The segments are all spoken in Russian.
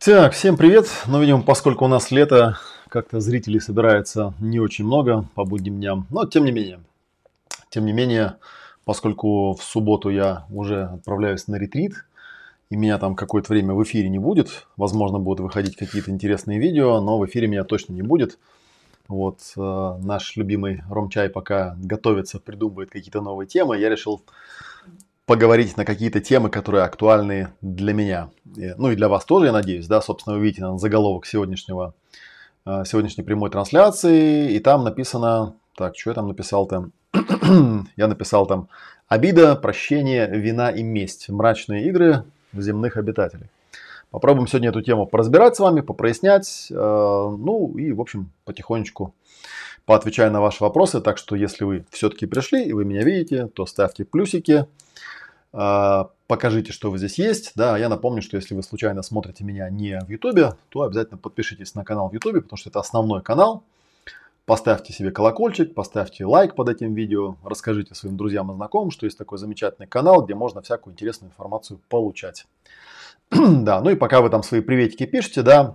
Так, всем привет. Ну, видимо, поскольку у нас лето, как-то зрителей собирается не очень много по будним дням. Но тем не менее, поскольку в субботу я уже отправляюсь на ретрит, и меня там какое-то время в эфире не будет, возможно, будут выходить какие-то интересные видео, но в эфире меня точно не будет. Вот наш любимый Ромчай пока готовится, придумывает какие-то новые темы. Я решил поговорить на какие-то темы, которые актуальны для меня. Ну и для вас тоже, я надеюсь. Да, собственно, вы видите заголовок сегодняшней прямой трансляции. И там написано... Так, что я там написал-то? Я написал там: обида, прощение, вина и месть. Мрачные игры земных обитателей. Попробуем сегодня эту тему поразбирать с вами, попрояснять. Ну и, в общем, потихонечку поотвечаю на ваши вопросы. Так что, если вы все-таки пришли и вы меня видите, то ставьте плюсики. Покажите, что вы здесь есть. Да, я напомню, что если вы случайно смотрите меня не в YouTube, то обязательно подпишитесь на канал в YouTube, потому что это основной канал. Поставьте себе колокольчик, поставьте лайк под этим видео, расскажите своим друзьям и знакомым, что есть такой замечательный канал, где можно всякую интересную информацию получать. Да, ну и пока вы там свои приветики пишете, да,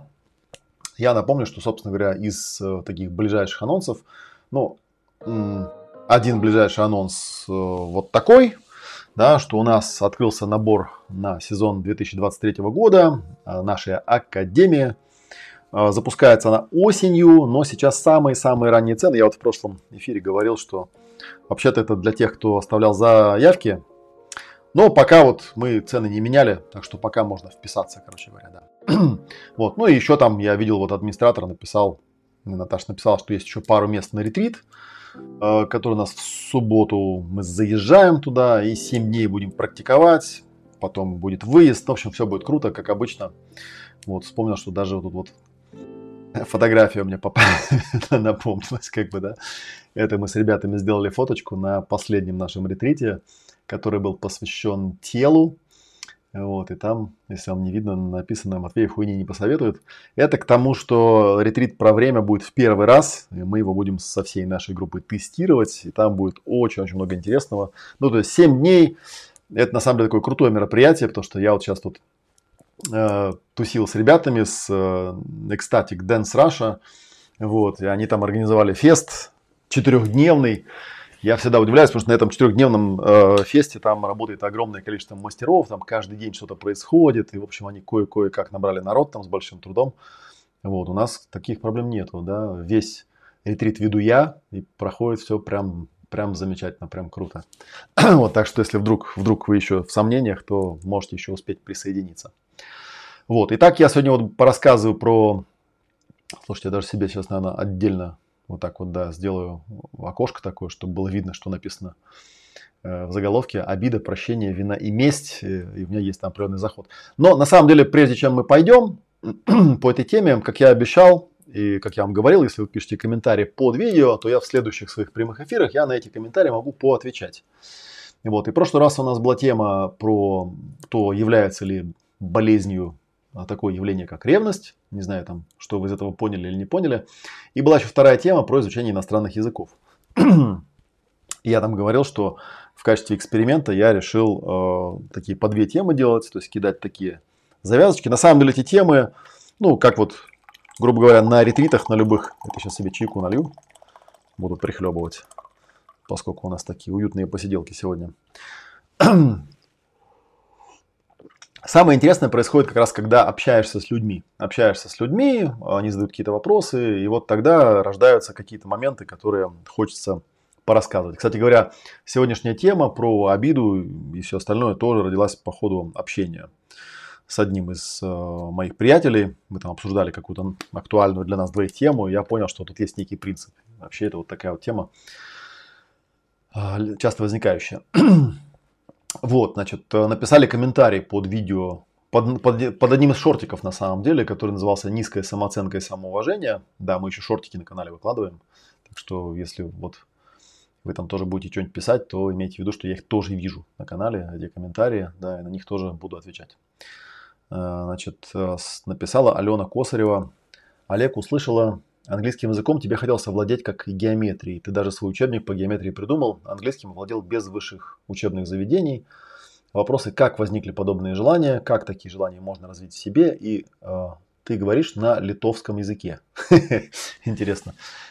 я напомню, что, собственно говоря, из таких ближайших анонсов, ну, один ближайший анонс вот такой, да, что у нас открылся набор на сезон 2023 года, наша академия. Запускается она осенью, но сейчас самые-самые ранние цены. Я вот в прошлом эфире говорил, что вообще-то это для тех, кто оставлял заявки. Но пока вот мы цены не меняли, так что пока можно вписаться, короче говоря, да. Вот. Ну и еще там я видел, вот администратор написал, Наташа написала, что есть еще пару мест на ретрит, который у нас в субботу. Мы заезжаем туда и 7 дней будем практиковать. Потом будет выезд. В общем, все будет круто, как обычно. Вот, вспомнил, что даже вот тут вот фотография у меня напомнилась, как бы, да. Это мы с ребятами сделали фоточку на последнем нашем ретрите, который был посвящен телу. Вот, и там, если вам не видно, написано: Матвеев хуйни не посоветует. Это к тому, что ретрит про время будет в первый раз. И мы его будем со всей нашей группой тестировать. И там будет очень-очень много интересного. Ну, то есть 7 дней. Это на самом деле такое крутое мероприятие, потому что я вот сейчас тут тусил с ребятами с Ecstatic Dance Russia. Вот, и они там организовали фест 4-дневный. Я всегда удивляюсь, потому что на этом 4-дневном фесте там работает огромное количество мастеров, там каждый день что-то происходит, и, в общем, они кое-как набрали народ там с большим трудом. Вот, у нас таких проблем нету, да, весь ретрит веду я, и проходит все прям замечательно, прям круто. Вот, так что, если вдруг вы еще в сомнениях, то можете еще успеть присоединиться. Вот, итак, я сегодня вот порассказываю про... Слушайте, я даже себе сейчас, наверное, отдельно вот так вот, да, сделаю окошко такое, чтобы было видно, что написано в заголовке: обида, прощение, вина и месть. И у меня есть там определенный заход. Но на самом деле, прежде чем мы пойдем по этой теме, как я обещал и как я вам говорил, если вы пишете комментарии под видео, то я в следующих своих прямых эфирах я на эти комментарии могу поотвечать. Вот. И в прошлый раз у нас была тема про то, является ли болезнью такое явление, как ревность. Не знаю, там, что вы из этого поняли или не поняли. И была еще вторая тема про изучение иностранных языков. И я там говорил, что в качестве эксперимента я решил такие по 2 темы делать, то есть кидать такие завязочки. На самом деле эти темы, ну, как вот, грубо говоря, на ретритах, на любых, это сейчас себе чайку налью, буду прихлебывать, поскольку у нас такие уютные посиделки сегодня. Самое интересное происходит как раз, когда общаешься с людьми. Они задают какие-то вопросы, и вот тогда рождаются какие-то моменты, которые хочется порассказывать. Кстати говоря, сегодняшняя тема про обиду и все остальное тоже родилась по ходу общения с одним из моих приятелей. Мы там обсуждали какую-то актуальную для нас двоих тему, и я понял, что тут есть некий принцип. Вообще, это вот такая вот тема, часто возникающая. Вот, значит, написали комментарий под видео, под одним из шортиков на самом деле, который назывался «Низкая самооценка и самоуважение». Да, мы еще шортики на канале выкладываем. Так что, если вот вы там тоже будете что-нибудь писать, то имейте в виду, что я их тоже вижу на канале, эти комментарии, да, и на них тоже буду отвечать. Значит, написала Алена Косарева: Олег, услышала: английским языком тебе хотелось овладеть как и геометрией. Ты даже свой учебник по геометрии придумал. Английским овладел без высших учебных заведений. Вопросы, как возникли подобные желания, как такие желания можно развить в себе, и ты говоришь на литовском языке. Интересно.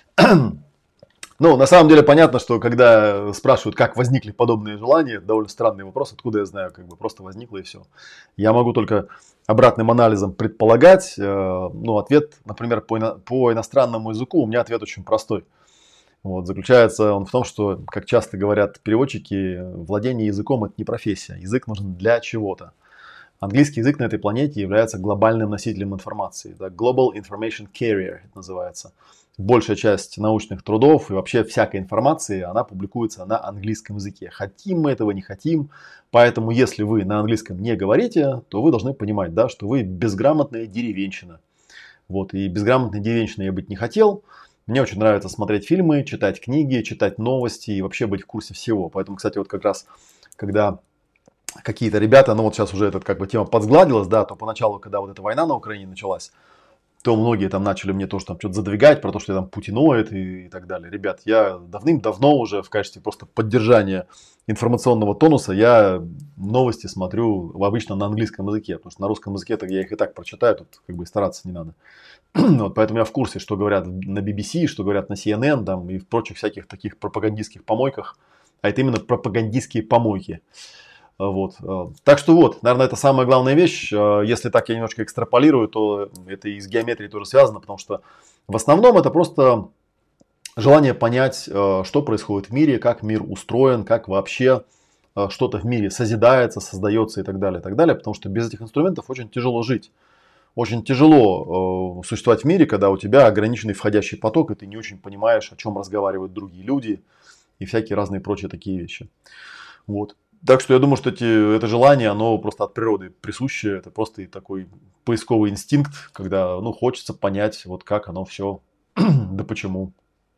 Ну, на самом деле понятно, что когда спрашивают, как возникли подобные желания, это довольно странный вопрос, откуда я знаю, как бы просто возникло и все. Я могу только обратным анализом предполагать, ну, ответ, например, по иностранному языку, у меня ответ очень простой. Вот, заключается он в том, что, как часто говорят переводчики, владение языком – это не профессия, язык нужен для чего-то. Английский язык на этой планете является глобальным носителем информации. Да, Global Information Carrier это называется. Большая часть научных трудов и вообще всякой информации, она публикуется на английском языке. Хотим мы этого, не хотим. Поэтому, если вы на английском не говорите, то вы должны понимать, да, что вы безграмотная деревенщина. Вот, и безграмотной деревенщиной я быть не хотел. Мне очень нравится смотреть фильмы, читать книги, читать новости и вообще быть в курсе всего. Поэтому, кстати, вот как раз, когда какие-то ребята, ну вот сейчас уже эта как бы тема подсгладилась, да, то поначалу, когда вот эта война на Украине началась, то многие там начали мне тоже там что-то задвигать про то, что я там путиноид и так далее. Ребят, я давным-давно уже в качестве просто поддержания информационного тонуса я новости смотрю обычно на английском языке, потому что на русском языке я их и так прочитаю, тут как бы стараться не надо. Вот, поэтому я в курсе, что говорят на BBC, что говорят на CNN там, и в прочих всяких таких пропагандистских помойках. А это именно пропагандистские помойки. Вот. Так что вот, наверное, это самая главная вещь. Если так я немножко экстраполирую, то это и с геометрией тоже связано, потому что в основном это просто желание понять, что происходит в мире, как мир устроен, как вообще что-то в мире созидается, создается и так далее, потому что без этих инструментов очень тяжело жить. Очень тяжело существовать в мире, когда у тебя ограниченный входящий поток, и ты не очень понимаешь, о чем разговаривают другие люди и всякие разные прочие такие вещи. Вот. Так что я думаю, что это желание, оно просто от природы присуще. Это просто и такой поисковый инстинкт, когда ну, хочется понять, вот как оно все, да почему.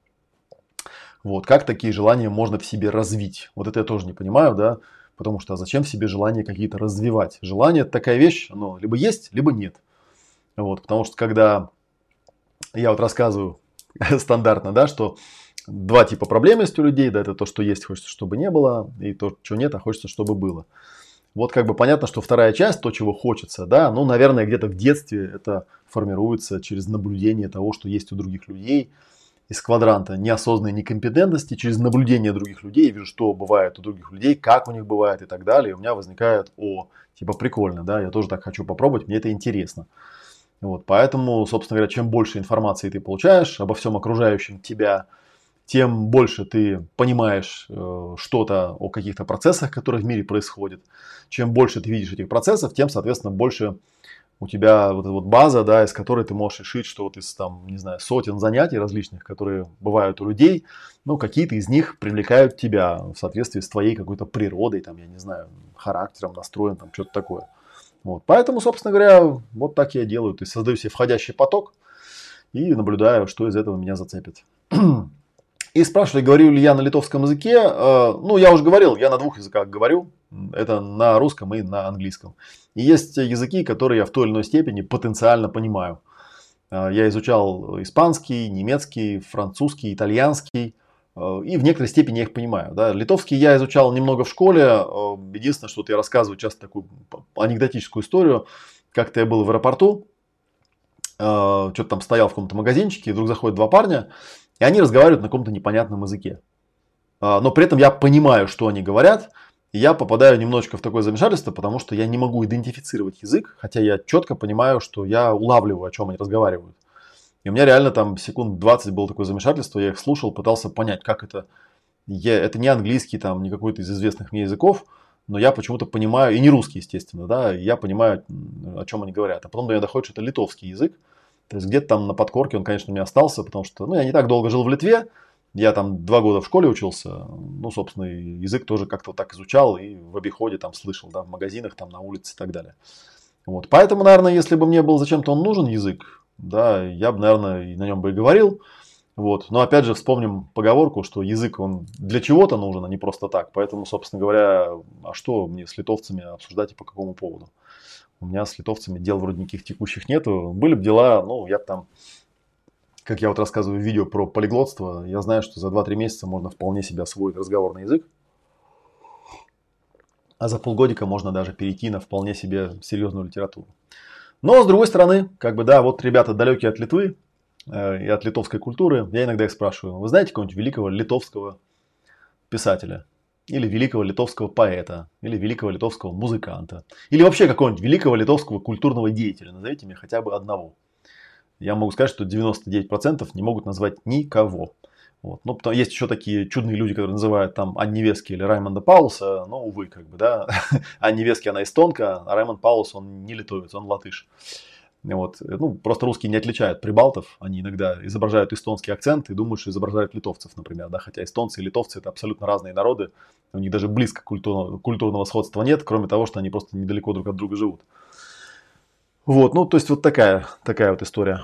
Вот, как такие желания можно в себе развить? Вот это я тоже не понимаю, да, потому что зачем в себе желания какие-то развивать? Желание – это такая вещь, оно либо есть, либо нет. Вот, потому что когда я вот рассказываю стандартно, да, что два типа проблем есть у людей, да, это то, что есть, хочется, чтобы не было, и то, что нет, а хочется, чтобы было. Вот как бы понятно, что вторая часть, то, чего хочется, да, ну, наверное, где-то в детстве это формируется через наблюдение того, что есть у других людей, из квадранта неосознанной некомпетентности, через наблюдение других людей, я вижу, что бывает у других людей, как у них бывает и так далее, и у меня возникает, типа прикольно, да, я тоже так хочу попробовать, мне это интересно. Вот, поэтому, собственно говоря, чем больше информации ты получаешь обо всем окружающем тебя, тем больше ты понимаешь что-то о каких-то процессах, которые в мире происходят. Чем больше ты видишь этих процессов, тем, соответственно, больше у тебя вот эта вот база, да, из которой ты можешь решить, что вот из там, не знаю, сотен занятий различных, которые бывают у людей, ну, какие-то из них привлекают тебя в соответствии с твоей какой-то природой, там, я не знаю, характером, настроем, там, что-то такое. Вот. Поэтому, собственно говоря, вот так я делаю. То есть создаю себе входящий поток и наблюдаю, что из этого меня зацепит. И спрашивали, говорю ли я на литовском языке. Ну, я уже говорил, я на двух языках говорю. Это на русском и на английском. И есть языки, которые я в той или иной степени потенциально понимаю. Я изучал испанский, немецкий, французский, итальянский. И в некоторой степени я их понимаю. Да. Литовский я изучал немного в школе. Единственное, что вот я рассказываю часто такую анекдотическую историю. Как-то я был в аэропорту, что-то там стоял в каком-то магазинчике, и вдруг заходят два парня, и они разговаривают на каком-то непонятном языке. Но при этом я понимаю, что они говорят, и я попадаю немножечко в такое замешательство, потому что я не могу идентифицировать язык, хотя я четко понимаю, что я улавливаю, о чем они разговаривают. И у меня реально там секунд 20 было такое замешательство, я их слушал, пытался понять, как это. Это не английский, там, не какой-то из известных мне языков, но я почему-то понимаю, и не русский, естественно, да, и я понимаю, о чем они говорят. А потом до меня доходит, что это литовский язык. То есть где-то там на подкорке он, конечно, у меня остался, потому что, ну, я не так долго жил в Литве, я там 2 года в школе учился, ну, собственно, и язык тоже как-то вот так изучал и в обиходе там слышал, да, в магазинах, там на улице и так далее. Вот, поэтому, наверное, если бы мне был зачем-то он нужен язык, да, я бы, наверное, и на нем бы и говорил. Вот. Но опять же вспомним поговорку, что язык он для чего-то нужен, а не просто так. Поэтому, собственно говоря, а что мне с литовцами обсуждать и по какому поводу? У меня с литовцами дел вроде никаких текущих нету. Были бы дела, ну, я бы там, как я вот рассказываю в видео про полиглотство, я знаю, что за 2-3 месяца можно вполне себе освоить разговорный язык. а за полгодика можно даже перейти на вполне себе серьезную литературу. Но с другой стороны, как бы, да, вот ребята далекие от Литвы и от литовской культуры, я иногда их спрашиваю: вы знаете какого-нибудь великого литовского писателя? Или великого литовского поэта? Или великого литовского музыканта? Или вообще какого-нибудь великого литовского культурного деятеля? Назовите мне хотя бы одного. Я могу сказать, что 99% не могут назвать никого. Вот. Ну, потому, есть еще такие чудные люди, которые называют там Анни Вески или Раймонда Паулса. Но, увы, как бы, да. Анни Вески, она эстонка, а Раймонд Паулс, он не литовец, он латыш. Вот. Ну, просто русские не отличают прибалтов. Они иногда изображают эстонский акцент и думают, что изображают литовцев, например. Да? Хотя эстонцы и литовцы — это абсолютно разные народы. У них даже близко культурного сходства нет, кроме того, что они просто недалеко друг от друга живут. Вот, ну, то есть вот такая вот история.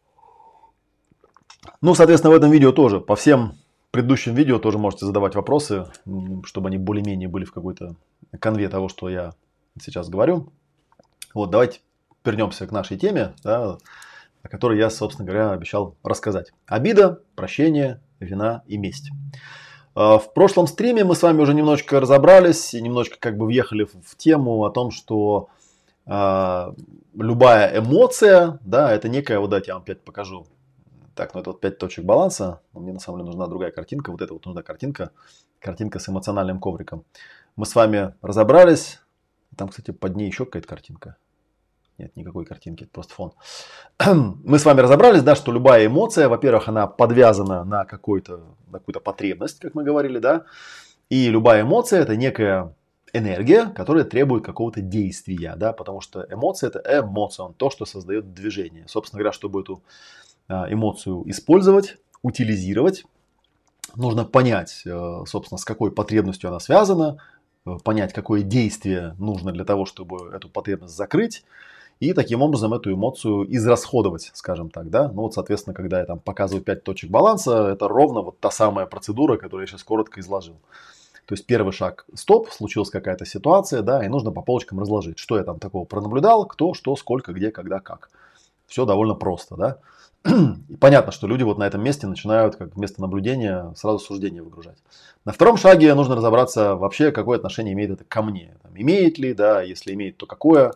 Ну, соответственно, в этом видео тоже, по всем предыдущим видео тоже можете задавать вопросы, чтобы они более-менее были в какой-то конве того, что я сейчас говорю. Вот, давайте вернемся к нашей теме, да, о которой я, собственно говоря, обещал рассказать. Обида, прощение, вина и месть. В прошлом стриме мы с вами уже немножечко разобрались и немножечко как бы въехали в тему о том, что любая эмоция, да, это некая, вот дайте я вам опять покажу. Так, ну это вот 5 точек баланса. Мне на самом деле нужна другая картинка. Вот эта вот нужна картинка. Картинка с эмоциональным ковриком. Мы с вами разобрались. Там, кстати, под ней еще какая-то картинка. Нет, никакой картинки, это просто фон. Мы с вами разобрались, да, что любая эмоция, во-первых, она подвязана на какую-то потребность, как мы говорили, да. И любая эмоция — это некая энергия, которая требует какого-то действия, да, потому что эмоция — это эмоцион, то, что создает движение. Собственно говоря, чтобы эту эмоцию использовать, утилизировать, нужно понять, собственно, с какой потребностью она связана, понять, какое действие нужно для того, чтобы эту потребность закрыть, и таким образом эту эмоцию израсходовать, скажем так, да. Ну вот, соответственно, когда я там показываю 5 точек баланса, это ровно вот та самая процедура, которую я сейчас коротко изложил. То есть первый шаг — стоп, случилась какая-то ситуация, да, и нужно по полочкам разложить, что я там такого пронаблюдал, кто, что, сколько, где, когда, как. Все довольно просто, да. И понятно, что люди вот на этом месте начинают, как вместо наблюдения, сразу суждение выгружать. На втором шаге нужно разобраться вообще, какое отношение имеет это ко мне. Там, имеет ли, да, если имеет, то какое.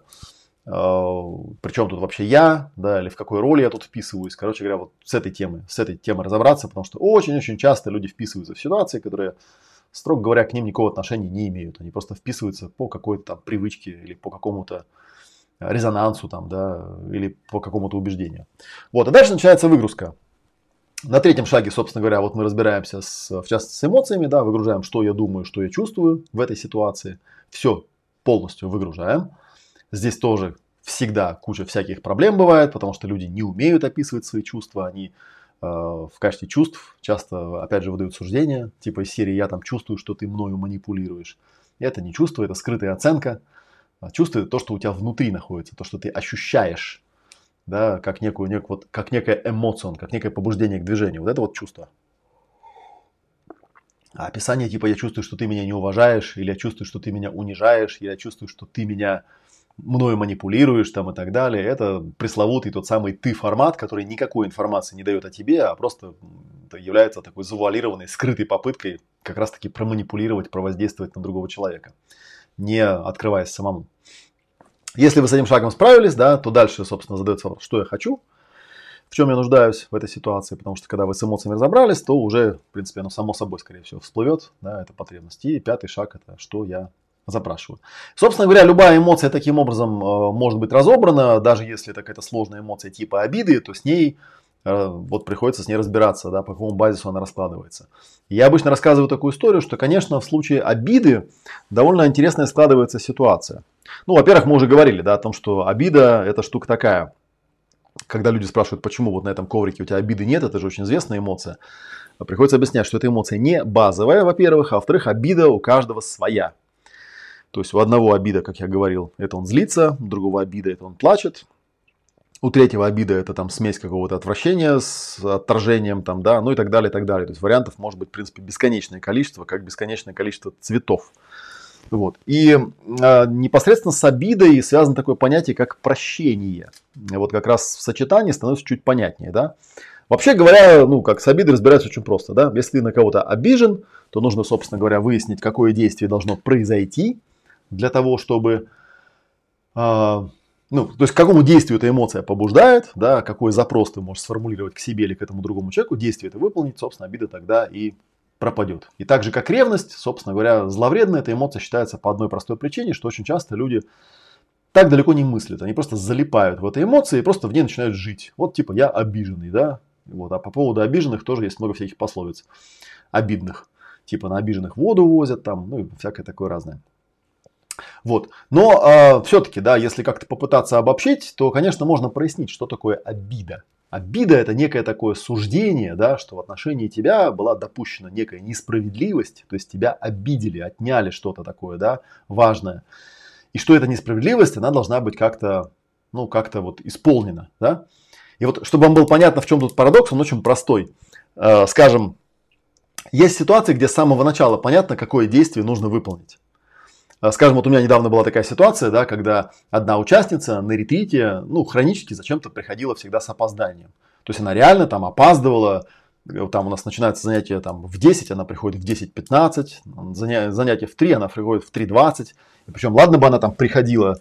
Причем тут вообще я, да, или в какой роли я тут вписываюсь. Короче говоря, вот с этой темой разобраться, потому что очень-очень часто люди вписываются в ситуации, которые, строго говоря, к ним никакого отношения не имеют. Они просто вписываются по какой-то там привычке или по какому-то резонансу там, да, или по какому-то убеждению. Вот, и дальше начинается выгрузка. На третьем шаге, собственно говоря, вот мы разбираемся в частности с эмоциями, да, выгружаем, что я думаю, что я чувствую в этой ситуации. Все полностью выгружаем. Здесь тоже всегда куча всяких проблем бывает, потому что люди не умеют описывать свои чувства, они в качестве чувств часто, опять же, выдают суждения, типа из серии «я там чувствую, что ты мною манипулируешь». И это не чувство, это скрытая оценка. Чувство — это то, что у тебя внутри находится, то, что ты ощущаешь, да, как некая эмоция, как некое побуждение к движению. Вот это вот чувство. А описание типа «я чувствую, что ты меня не уважаешь», или «я чувствую, что ты меня унижаешь», или «я чувствую, что ты мною манипулируешь», там, и так далее. Это пресловутый тот самый «ты» формат, который никакой информации не дает о тебе, а просто является такой завуалированной, скрытой попыткой как раз-таки проманипулировать, провоздействовать на другого человека, не открываясь самому. Если вы с этим шагом справились, да, то дальше, собственно, задается вопрос, что я хочу, в чем я нуждаюсь в этой ситуации, потому что когда вы с эмоциями разобрались, то уже, в принципе, оно само собой, скорее всего, всплывет, да, эта потребность. И пятый шаг — это что я запрашиваю. Собственно говоря, любая эмоция таким образом может быть разобрана, даже если это какая-то сложная эмоция типа обиды, то с ней вот приходится с ней разбираться, да, по какому базису она раскладывается. Я обычно рассказываю такую историю, что, конечно, в случае обиды довольно интересная складывается ситуация. Ну, во-первых, мы уже говорили, да, о том, что обида — это штука такая. Когда люди спрашивают, почему вот на этом коврике у тебя обиды нет, это же очень известная эмоция. Приходится объяснять, что эта эмоция не базовая, во-первых, а во-вторых, обида у каждого своя. То есть у одного обида, как я говорил, это он злится, у другого обида — это он плачет. У третьего обида — это там смесь какого-то отвращения с отторжением, там, да, ну и так далее, и так далее. То есть вариантов может быть, в принципе, бесконечное количество, как бесконечное количество цветов. Вот. И непосредственно с обидой связано такое понятие, как прощение. Вот как раз в сочетании становится чуть понятнее, да. Вообще говоря, ну, как с обидой разбираться очень просто, да. Если ты на кого-то обижен, то нужно, собственно говоря, выяснить, какое действие должно произойти для того, чтобы... Ну, то есть, к какому действию эта эмоция побуждает, да, какой запрос ты можешь сформулировать к себе или к этому другому человеку, действие это выполнить, собственно, обида тогда и пропадет. И так же, как ревность, собственно говоря, зловредная эта эмоция считается по одной простой причине, что очень часто люди так далеко не мыслят. Они просто залипают в этой эмоции и просто в ней начинают жить. Вот типа я обиженный, да. Вот. А по поводу обиженных тоже есть много всяких пословиц. Обидных. Типа на обиженных воду возят там, ну и всякое такое разное. Вот. Но все-таки, да, если как-то попытаться обобщить, то, конечно, можно прояснить, что такое обида. Обида – это некое такое суждение, да, что в отношении тебя была допущена некая несправедливость, то есть тебя обидели, отняли что-то такое, да, важное. И что эта несправедливость, она должна быть как-то, ну, как-то вот исполнена, да. И вот, чтобы вам было понятно, в чем тут парадокс, он очень простой. Скажем, есть ситуации, где с самого начала понятно, какое действие нужно выполнить. Скажем, вот у меня недавно была такая ситуация, да, когда одна участница на ретрите, ну, хронически зачем-то приходила всегда с опозданием. То есть она реально там опаздывала, там у нас начинается занятие там, в 10, она приходит в 10:15, занятие в 3, она приходит в 3:20. И причем, ладно бы она там приходила,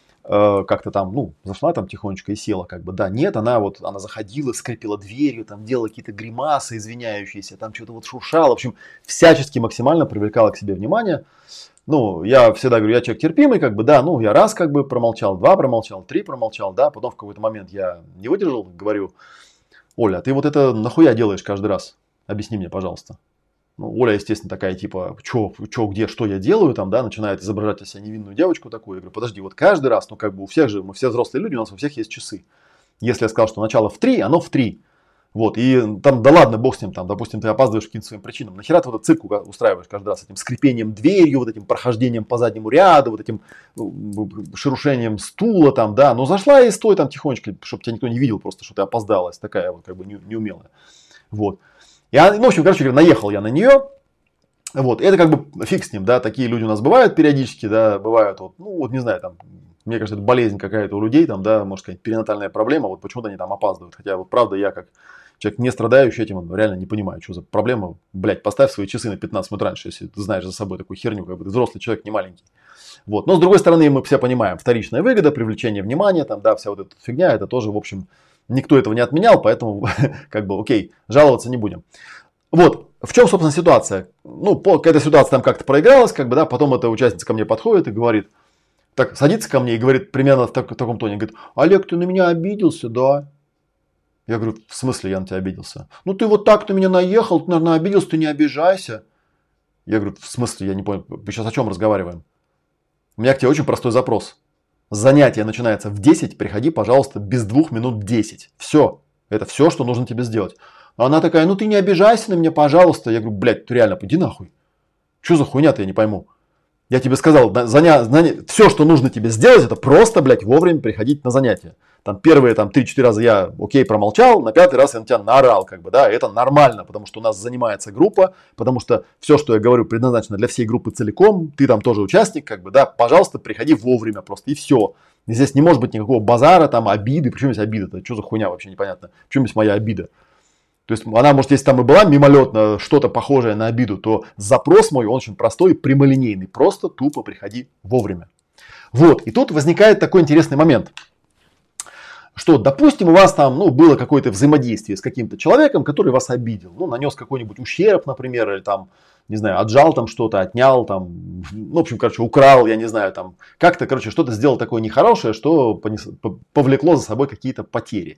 как-то там, ну, зашла там тихонечко и села, как бы, да, нет, она заходила, скрипела дверью, там делала какие-то гримасы извиняющиеся, там что-то вот шуршала, в общем, всячески максимально привлекала к себе внимание. Ну, я всегда говорю, я человек терпимый, как бы, да, ну, я раз как бы промолчал, два промолчал, три промолчал, да, потом в какой-то момент я не выдержал, говорю: Оля, ты вот это нахуя делаешь каждый раз? Объясни мне, пожалуйста. Ну, Оля, естественно, такая, типа, где, что я делаю, там, да, начинает изображать из себя невинную девочку такую. Я говорю: подожди, вот каждый раз, ну, как бы у всех же, мы все взрослые люди, у нас у всех есть часы. Если я сказал, что начало в 3, оно в 3. Вот, и там, да ладно, бог с ним, там, допустим, ты опаздываешь к каким-то своим причинам. Нахера ты вот этот цирк устраиваешь каждый раз этим скрипением дверью, вот этим прохождением по заднему ряду, вот этим шерушением стула, там, да. Ну, зашла и стой там тихонечко, чтобы тебя никто не видел просто, что ты опоздалась, такая вот как бы неумелая. Вот. Ну, в общем, короче говоря, наехал я на нее. Вот, это как бы фиг с ним, да, такие люди у нас бывают периодически, да, бывают, вот, ну, вот не знаю, там, мне кажется, это болезнь какая-то у людей, там, да, может сказать, перинатальная проблема, вот почему-то они там опаздывают, хотя вот правда я как человек, не страдающий этим, реально не понимаю, что за проблема, блядь, поставь свои часы на 15 минут раньше, если ты знаешь за собой такую херню, как бы ты взрослый человек, не маленький. Вот, но с другой стороны, мы все понимаем, вторичная выгода, привлечение внимания, там, да, вся вот эта фигня, это тоже, в общем, никто этого не отменял, поэтому, как бы, окей, жаловаться не будем. Вот, в чем, собственно, ситуация? Ну, эта ситуация там как-то проигралась, как бы, да, потом эта участница ко мне подходит и говорит, так, садится ко мне и говорит примерно в таком тоне, говорит: Олег, ты на меня обиделся, да? Я говорю: в смысле я на тебя обиделся? Ну, ты вот так на меня наехал, ты, наверное, обиделся, ты не обижайся. Я говорю: в смысле, я не понял, мы сейчас о чем разговариваем? У меня к тебе очень простой запрос. Занятие начинается в 10, приходи, пожалуйста, без 2 минут 10. Все, это все, что нужно тебе сделать. А она такая: ну ты не обижайся на меня, пожалуйста. Я говорю: блядь, ты реально, пойди нахуй. Что за хуйня-то, я не пойму. Я тебе сказал, все, что нужно тебе сделать, это просто, блядь, вовремя приходить на занятия. Там первые там 3-4 раза я, окей, промолчал, на 5-й раз я на тебя наорал, как бы, да, это нормально, потому что у нас занимается группа, потому что все, что я говорю, предназначено для всей группы целиком, ты там тоже участник, как бы, да, пожалуйста, приходи вовремя просто, и все. И здесь не может быть никакого базара, там, обиды. Причем здесь обида-то? Что за хуйня вообще непонятно? Почему здесь моя обида? То есть она, может, если там и была мимолетно что-то похожее на обиду, то запрос мой, он очень простой и прямолинейный. Просто тупо приходи вовремя. Вот, и тут возникает такой интересный момент. Что, допустим, у вас там, ну, было какое-то взаимодействие с каким-то человеком, который вас обидел. Ну, нанес какой-нибудь ущерб, например, или там, не знаю, отжал там что-то, отнял там, ну, в общем, короче, украл, я не знаю, там, как-то, короче, что-то сделал такое нехорошее, что повлекло за собой какие-то потери.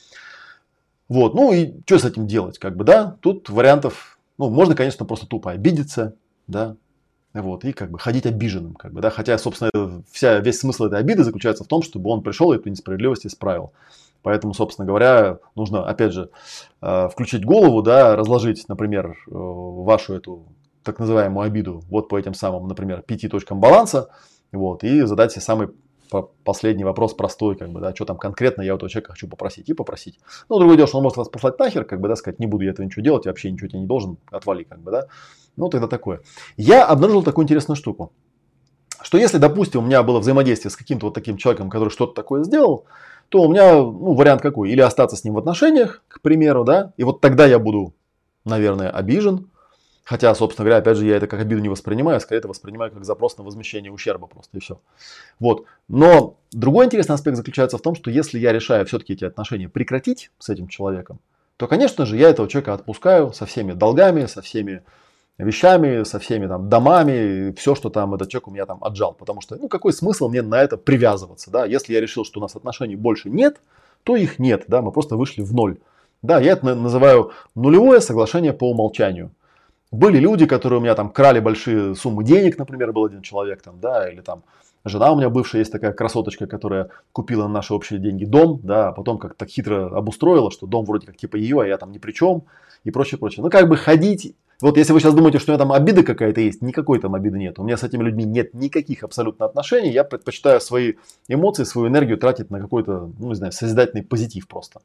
Вот, ну и что с этим делать, как бы, да, тут вариантов, ну, можно, конечно, просто тупо обидеться, да, вот, и как бы ходить обиженным, как бы, да, хотя, собственно, весь смысл этой обиды заключается в том, чтобы он пришел и эту несправедливость исправил. Поэтому, собственно говоря, нужно, опять же, включить голову, да, разложить, например, вашу эту так называемую обиду вот по этим самым, например, 5 точкам баланса, вот, и задать себе самый последний вопрос простой, как бы, да, что там конкретно я у этого человека хочу попросить, и попросить. Ну, другое дело, что он может вас послать нахер, как бы, да, сказать: не буду я этого ничего делать, я вообще ничего тебе не должен, отвали, как бы, да. Ну, тогда такое. Я обнаружил такую интересную штуку, что если, допустим, у меня было взаимодействие с каким-то вот таким человеком, который что-то такое сделал, то у меня, ну, вариант какой? Или остаться с ним в отношениях, к примеру, да, и вот тогда я буду, наверное, обижен, Хотя, собственно говоря, опять же, я это как обиду не воспринимаю, а скорее это воспринимаю как запрос на возмещение ущерба просто и все. Вот. Но другой интересный аспект заключается в том, что если я решаю все-таки эти отношения прекратить с этим человеком, то, конечно же, я этого человека отпускаю со всеми долгами, со всеми вещами, со всеми там домами, все, что там этот человек у меня там отжал. Потому что, ну, какой смысл мне на это привязываться, да? Если я решил, что у нас отношений больше нет, то их нет, да, мы просто вышли в ноль. Да, я это называю нулевое соглашение по умолчанию. Были люди, которые у меня там крали большие суммы денег, например, был один человек там, да, или там жена у меня бывшая есть такая красоточка, которая купила на наши общие деньги дом, да, а потом как-то так хитро обустроила, что дом вроде как типа ее, а я там ни при чем и прочее, прочее. Ну, как бы ходить, вот если вы сейчас думаете, что у меня там обида какая-то есть, никакой там обиды нет. У меня с этими людьми нет никаких абсолютно отношений, я предпочитаю свои эмоции, свою энергию тратить на какой-то, ну, не знаю, созидательный позитив просто.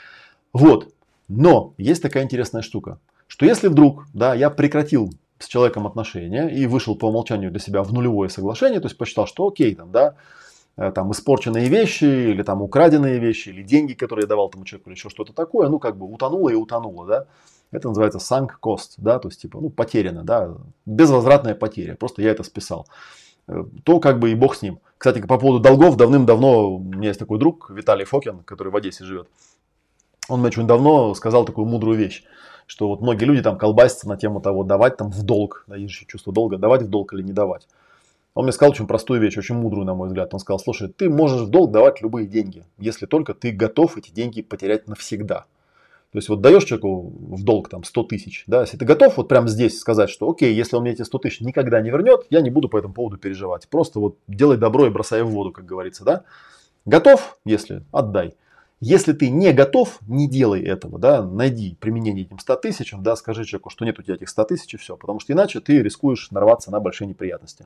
Вот, но есть такая интересная штука, что если вдруг, да, я прекратил с человеком отношения и вышел по умолчанию для себя в нулевое соглашение, то есть посчитал, что окей, там, да, там испорченные вещи или там украденные вещи или деньги, которые я давал тому человеку или еще что-то такое, ну как бы утонуло и утонуло, да. Это называется sunk cost, да, то есть типа, ну потеряно, да, безвозвратная потеря, просто я это списал. То как бы и бог с ним. Кстати, по поводу долгов, давным-давно у меня есть такой друг Виталий Фокин, который в Одессе живет. Он мне очень давно сказал такую мудрую вещь, что вот многие люди там колбасятся на тему того, давать там в долг, да, есть же чувство долга, давать в долг или не давать. Он мне сказал очень простую вещь, очень мудрую, на мой взгляд. Он сказал, слушай, ты можешь в долг давать любые деньги, если только ты готов эти деньги потерять навсегда. То есть вот даешь человеку в долг там 100 тысяч, да, если ты готов вот прямо здесь сказать, что окей, если он мне эти 100 тысяч никогда не вернет, я не буду по этому поводу переживать. Просто вот делай добро и бросай в воду, как говорится, да. Готов, если отдай. Если ты не готов, не делай этого, да, найди применение этим 100 тысячам, да, скажи человеку, что нет у тебя этих 100 тысяч и все, потому что иначе ты рискуешь нарваться на большие неприятности.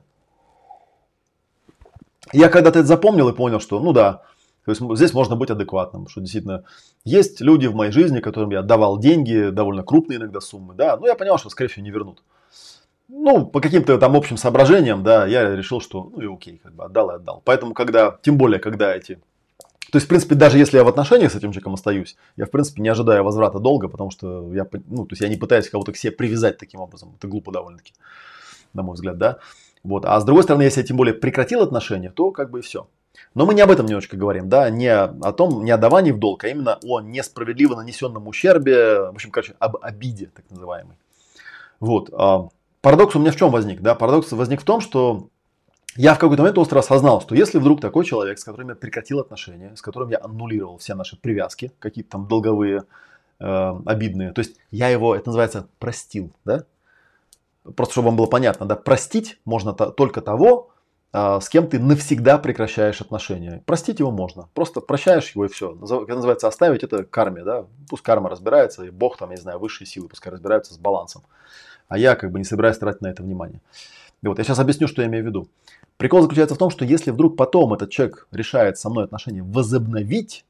Я когда-то это запомнил и понял, что, ну да, то есть здесь можно быть адекватным, что действительно есть люди в моей жизни, которым я давал деньги, довольно крупные иногда суммы, да, но я понял, что скорее всего не вернут. Ну, по каким-то там общим соображениям, да, я решил, что, ну и окей, как бы отдал и отдал. Поэтому, когда, тем более, когда эти... То есть, в принципе, даже если я в отношениях с этим человеком остаюсь, я, в принципе, не ожидаю возврата долга, потому что я, ну, то есть я не пытаюсь кого-то к себе привязать таким образом. Это глупо довольно-таки, на мой взгляд, да. Вот. А с другой стороны, если я тем более прекратил отношения, то как бы и все. Но мы не об этом немножечко говорим, да, не о том, не о давании в долг, а именно о несправедливо нанесенном ущербе, в общем, короче, об обиде, так называемой. Вот. Парадокс у меня в чем возник, да? Парадокс возник в том, что я в какой-то момент остро осознал, что если вдруг такой человек, с которым я прекратил отношения, с которым я аннулировал все наши привязки, какие-то там долговые, обидные, то есть я его, это называется, простил, да? Просто чтобы вам было понятно, да, простить можно только того, с кем ты навсегда прекращаешь отношения. Простить его можно, просто прощаешь его и все. Это называется оставить это карме, да? Пусть карма разбирается, и Бог там, я не знаю, высшие силы пускай разбираются с балансом. А я как бы не собираюсь тратить на это внимание. И вот я сейчас объясню, что я имею в виду. Прикол заключается в том, что если вдруг потом этот человек решает со мной отношения возобновить,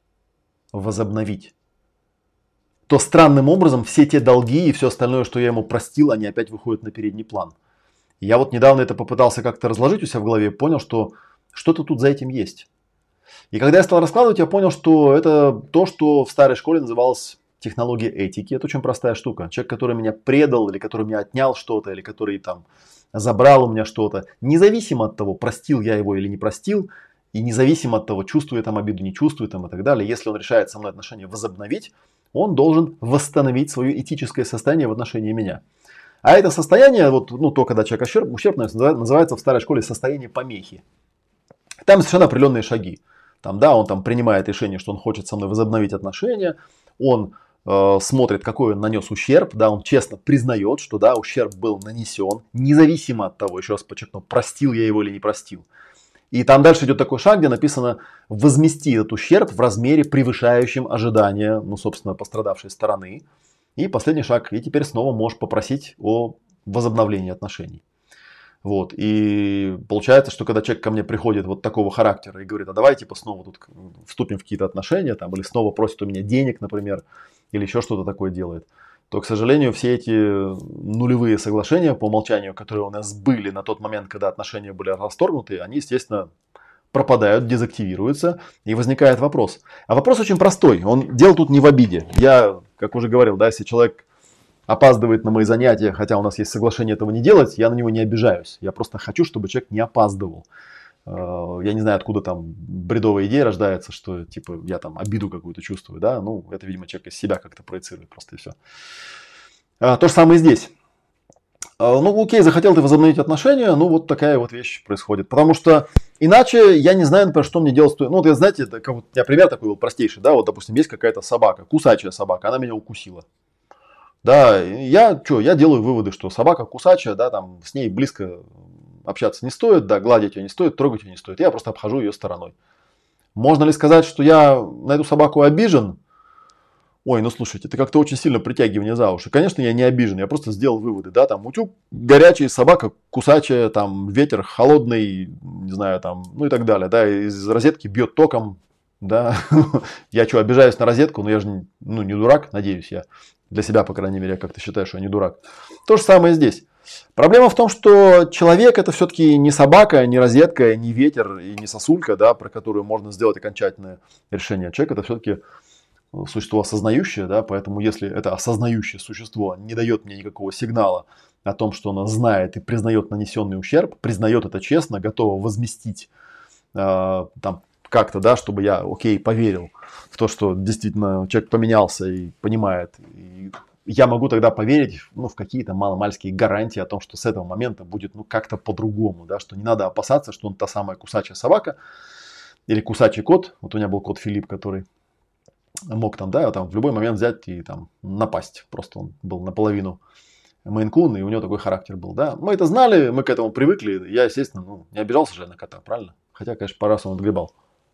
то странным образом все те долги и все остальное, что я ему простил, они опять выходят на передний план. И я вот недавно это попытался как-то разложить у себя в голове, понял, что что-то тут за этим есть. И когда я стал раскладывать, я понял, что это то, что в старой школе называлось технология этики. Это очень простая штука. Человек, который меня предал, или который меня отнял что-то, или который там забрал у меня что-то, независимо от того, простил я его или не простил, и независимо от того, чувствую я там обиду, не чувствую там и так далее, если он решает со мной отношения возобновить, он должен восстановить свое этическое состояние в отношении меня. А это состояние, вот, ну, то, когда человек ущерб, называется в старой школе состояние помехи. Там совершенно определенные шаги. Там, да, он там принимает решение, что он хочет со мной возобновить отношения, он смотрит, какой он нанес ущерб, да, он честно признает, что да, ущерб был нанесен, независимо от того, еще раз подчеркну, простил я его или не простил. И там дальше идет такой шаг, где написано возмести этот ущерб в размере, превышающем ожидания, ну, собственно, пострадавшей стороны. И последний шаг, и теперь снова можешь попросить о возобновлении отношений. Вот. И получается, что когда человек ко мне приходит вот такого характера и говорит, а давай типа снова тут вступим в какие-то отношения, там, или снова просит у меня денег, например, или еще что-то такое делает, то, к сожалению, все эти нулевые соглашения по умолчанию, которые у нас были на тот момент, когда отношения были расторгнуты, они, естественно, пропадают, дезактивируются, и возникает вопрос. А вопрос очень простой, он дело тут не в обиде. Я, как уже говорил, да, если человек опаздывает на мои занятия, хотя у нас есть соглашение этого не делать, я на него не обижаюсь. Я просто хочу, чтобы человек не опаздывал. Я не знаю, откуда там бредовая идея рождается, что типа я там обиду какую-то чувствую, да, ну это, видимо, человек из себя как-то проецирует просто и все. То же самое и здесь. Ну, окей, захотел ты возобновить отношения, ну, вот такая вот вещь происходит. Потому что иначе я не знаю, например, что мне делать. Ну, вот, знаете, это, как вот, у меня пример такой был простейший, да, вот, допустим, есть какая-то собака, кусачая собака, она меня укусила. Да, я делаю выводы, что собака кусачая, да, там, с ней близко общаться не стоит, да, гладить ее не стоит, трогать ее не стоит. Я просто обхожу ее стороной. Можно ли сказать, что я на эту собаку обижен? Ой, ну слушайте, это как-то очень сильно притягивание за уши. Конечно, я не обижен, я просто сделал выводы, да, там утюг горячий, собака кусачая, там ветер холодный, не знаю, там, ну и так далее, да, из розетки бьет током, да. Я что, обижаюсь на розетку, но я же не дурак, надеюсь я. Для себя, по крайней мере, я как-то считаю, что я не дурак. То же самое здесь. Проблема в том, что человек это все-таки не собака, не розетка, не ветер и не сосулька, да, про которую можно сделать окончательное решение. Человек это все-таки существо осознающее, да, поэтому если это осознающее существо не дает мне никакого сигнала о том, что оно знает и признает нанесенный ущерб, признает это честно, готово возместить там как-то, да, чтобы я, окей, поверил в то, что действительно человек поменялся и понимает. И я могу тогда поверить в какие-то маломальские гарантии о том, что с этого момента будет как-то по-другому, да, что не надо опасаться, что он та самая кусачая собака или кусачий кот. Вот у меня был кот Филипп, который мог там, да, там в любой момент взять и там напасть. Просто он был наполовину мейн-кун, и у него такой характер был, да. Мы это знали, мы к этому привыкли. Я, естественно, не обижался же на кота, правильно? Хотя, конечно, пару раз он отгребал.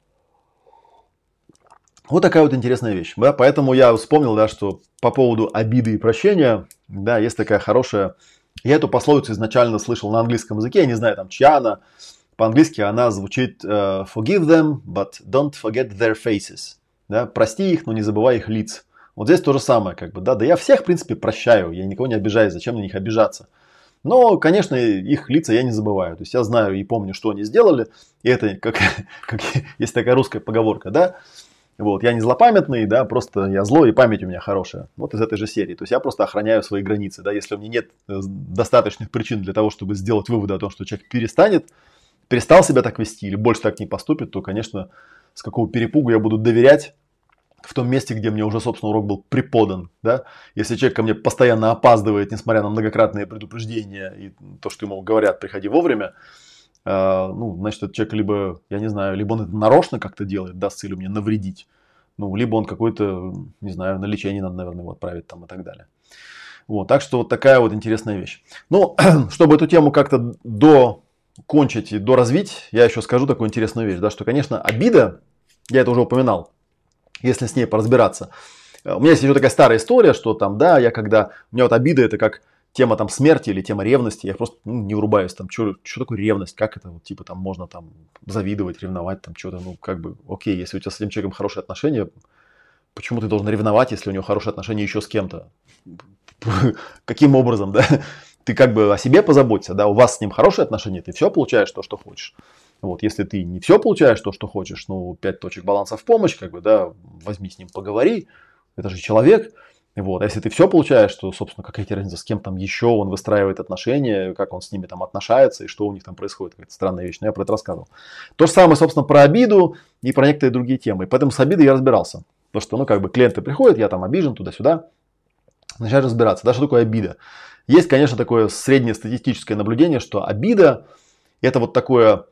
Вот такая вот интересная вещь, да. Поэтому я вспомнил, да, что по поводу обиды и прощения, да, есть такая хорошая. Я эту пословицу изначально слышал на английском языке, я не знаю, там, чья она. По-английски она звучит forgive them, but don't forget their faces. Да, прости их, но не забывай их лиц. Вот здесь то же самое, как бы, да, я всех, в принципе, прощаю, я никого не обижаю, зачем на них обижаться. Но, конечно, их лица я не забываю. То есть я знаю и помню, что они сделали. И это, как есть такая русская поговорка, да. Вот, я не злопамятный, да, просто я злой и память у меня хорошая. Вот из этой же серии. То есть я просто охраняю свои границы, да. Если у меня нет достаточных причин для того, чтобы сделать выводы о том, что человек перестал себя так вести или больше так не поступит, то, конечно, с какого перепугу я буду доверять в том месте, где мне уже, собственно, урок был преподан. Да? Если человек ко мне постоянно опаздывает, несмотря на многократные предупреждения и то, что ему говорят, приходи вовремя, значит, этот человек либо, я не знаю, либо он это нарочно как-то делает, да, с целью мне навредить, либо он какой-то, не знаю, на лечение надо, наверное, его отправить там и так далее. Вот, так что вот такая вот интересная вещь. Ну, чтобы эту тему как-то докончить и доразвить, я еще скажу такую интересную вещь, да, что, конечно, обида, я это уже упоминал, если с ней поразбираться. У меня есть еще такая старая история, что там, да, у меня вот обида это как тема там смерти или тема ревности, я просто не врубаюсь там, что такое ревность, как это, вот, типа там можно там завидовать, ревновать, там что-то, окей, если у тебя с этим человеком хорошие отношения, почему ты должен ревновать, если у него хорошие отношения еще с кем-то? Каким образом, да? Ты как бы о себе позаботься, да, у вас с ним хорошие отношения, ты все получаешь то, что хочешь. Вот, если ты не все получаешь то, что хочешь, 5 точек баланса в помощь, как бы, да, возьми с ним, поговори, это же человек. Вот, а если ты все получаешь, то, собственно, какая тебе разница, с кем там еще он выстраивает отношения, как он с ними там отношается и что у них там происходит, какая-то странная вещь, но я про это рассказывал. То же самое, собственно, про обиду и про некоторые другие темы. И поэтому с обидой я разбирался. Потому что, клиенты приходят, я там обижен туда-сюда, начинаю разбираться, да, что такое обида. Есть, конечно, такое среднестатистическое наблюдение, что обида это вот такое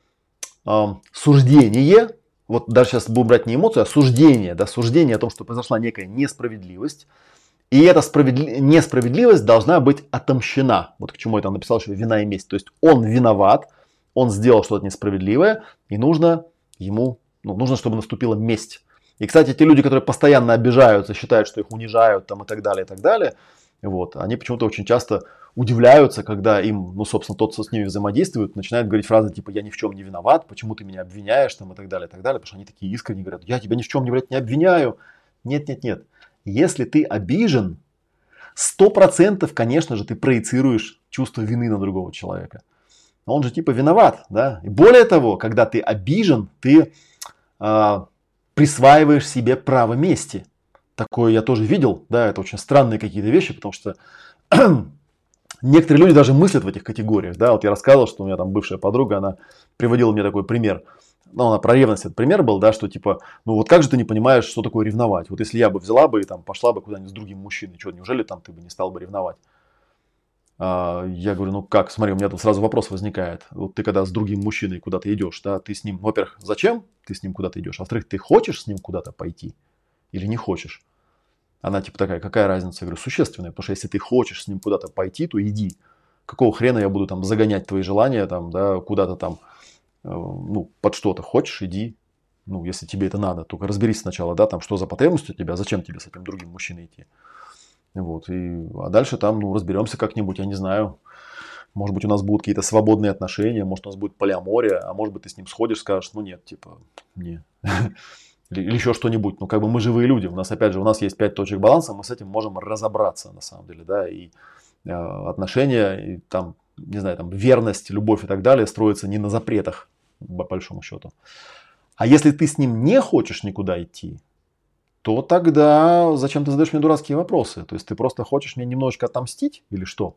суждение, вот даже сейчас будем брать не эмоцию, а суждение, да, суждение о том, что произошла некая несправедливость, и эта несправедливость должна быть отомщена. Вот к чему я там написал, что вина и месть. То есть он виноват, он сделал что-то несправедливое, и нужно ему, чтобы наступила месть. И, кстати, те люди, которые постоянно обижаются, считают, что их унижают там, и так далее, вот, они почему-то очень часто удивляются, когда им, собственно, тот, кто с ними взаимодействует, начинает говорить фразы типа «я ни в чем не виноват», «почему ты меня обвиняешь» там, и так далее, потому что они такие искренне говорят «я тебя ни в чем, не обвиняю». Нет. Если ты обижен, 100%, конечно же, ты проецируешь чувство вины на другого человека. Он же типа виноват, да. И более того, когда ты обижен, ты присваиваешь себе право мести. Такое я тоже видел, да, это очень странные какие-то вещи, потому что Некоторые люди даже мыслят в этих категориях. Да? Вот я рассказывал, что у меня там бывшая подруга, она приводила мне такой пример. Ну, она про ревность этот пример был, да, что типа, ну вот как же ты не понимаешь, что такое ревновать? Вот если я бы взяла бы и там пошла бы куда-нибудь с другим мужчиной, что, неужели там ты бы не стал бы ревновать? Я говорю, ну как, смотри, у меня тут сразу вопрос возникает. Вот ты когда с другим мужчиной куда-то идешь, да, ты с ним, во-первых, зачем ты с ним куда-то идешь? А во-вторых, ты хочешь с ним куда-то пойти или не хочешь? Она типа такая, какая разница? Я говорю, существенная, потому что если ты хочешь с ним куда-то пойти, то иди. Какого хрена я буду там загонять твои желания там, да, куда-то там, ну, под что-то. Хочешь, иди. Ну, если тебе это надо, только разберись сначала, да, там, что за потребность у тебя, зачем тебе с этим другим мужчиной идти. Вот, а дальше там, ну, разберемся как-нибудь, я не знаю. Может быть, у нас будут какие-то свободные отношения, может, у нас будет полиамория, а может быть, ты с ним сходишь, скажешь, ну, нет, типа, не. Или еще что-нибудь. Ну, как бы мы живые люди. У нас, опять же, у нас есть 5 точек баланса, мы с этим можем разобраться, на самом деле, да, и отношения, и там, не знаю, там, верность, любовь и так далее строятся не на запретах, по большому счету. А если ты с ним не хочешь никуда идти, то тогда зачем ты задаешь мне дурацкие вопросы? То есть ты просто хочешь мне немножечко отомстить или что?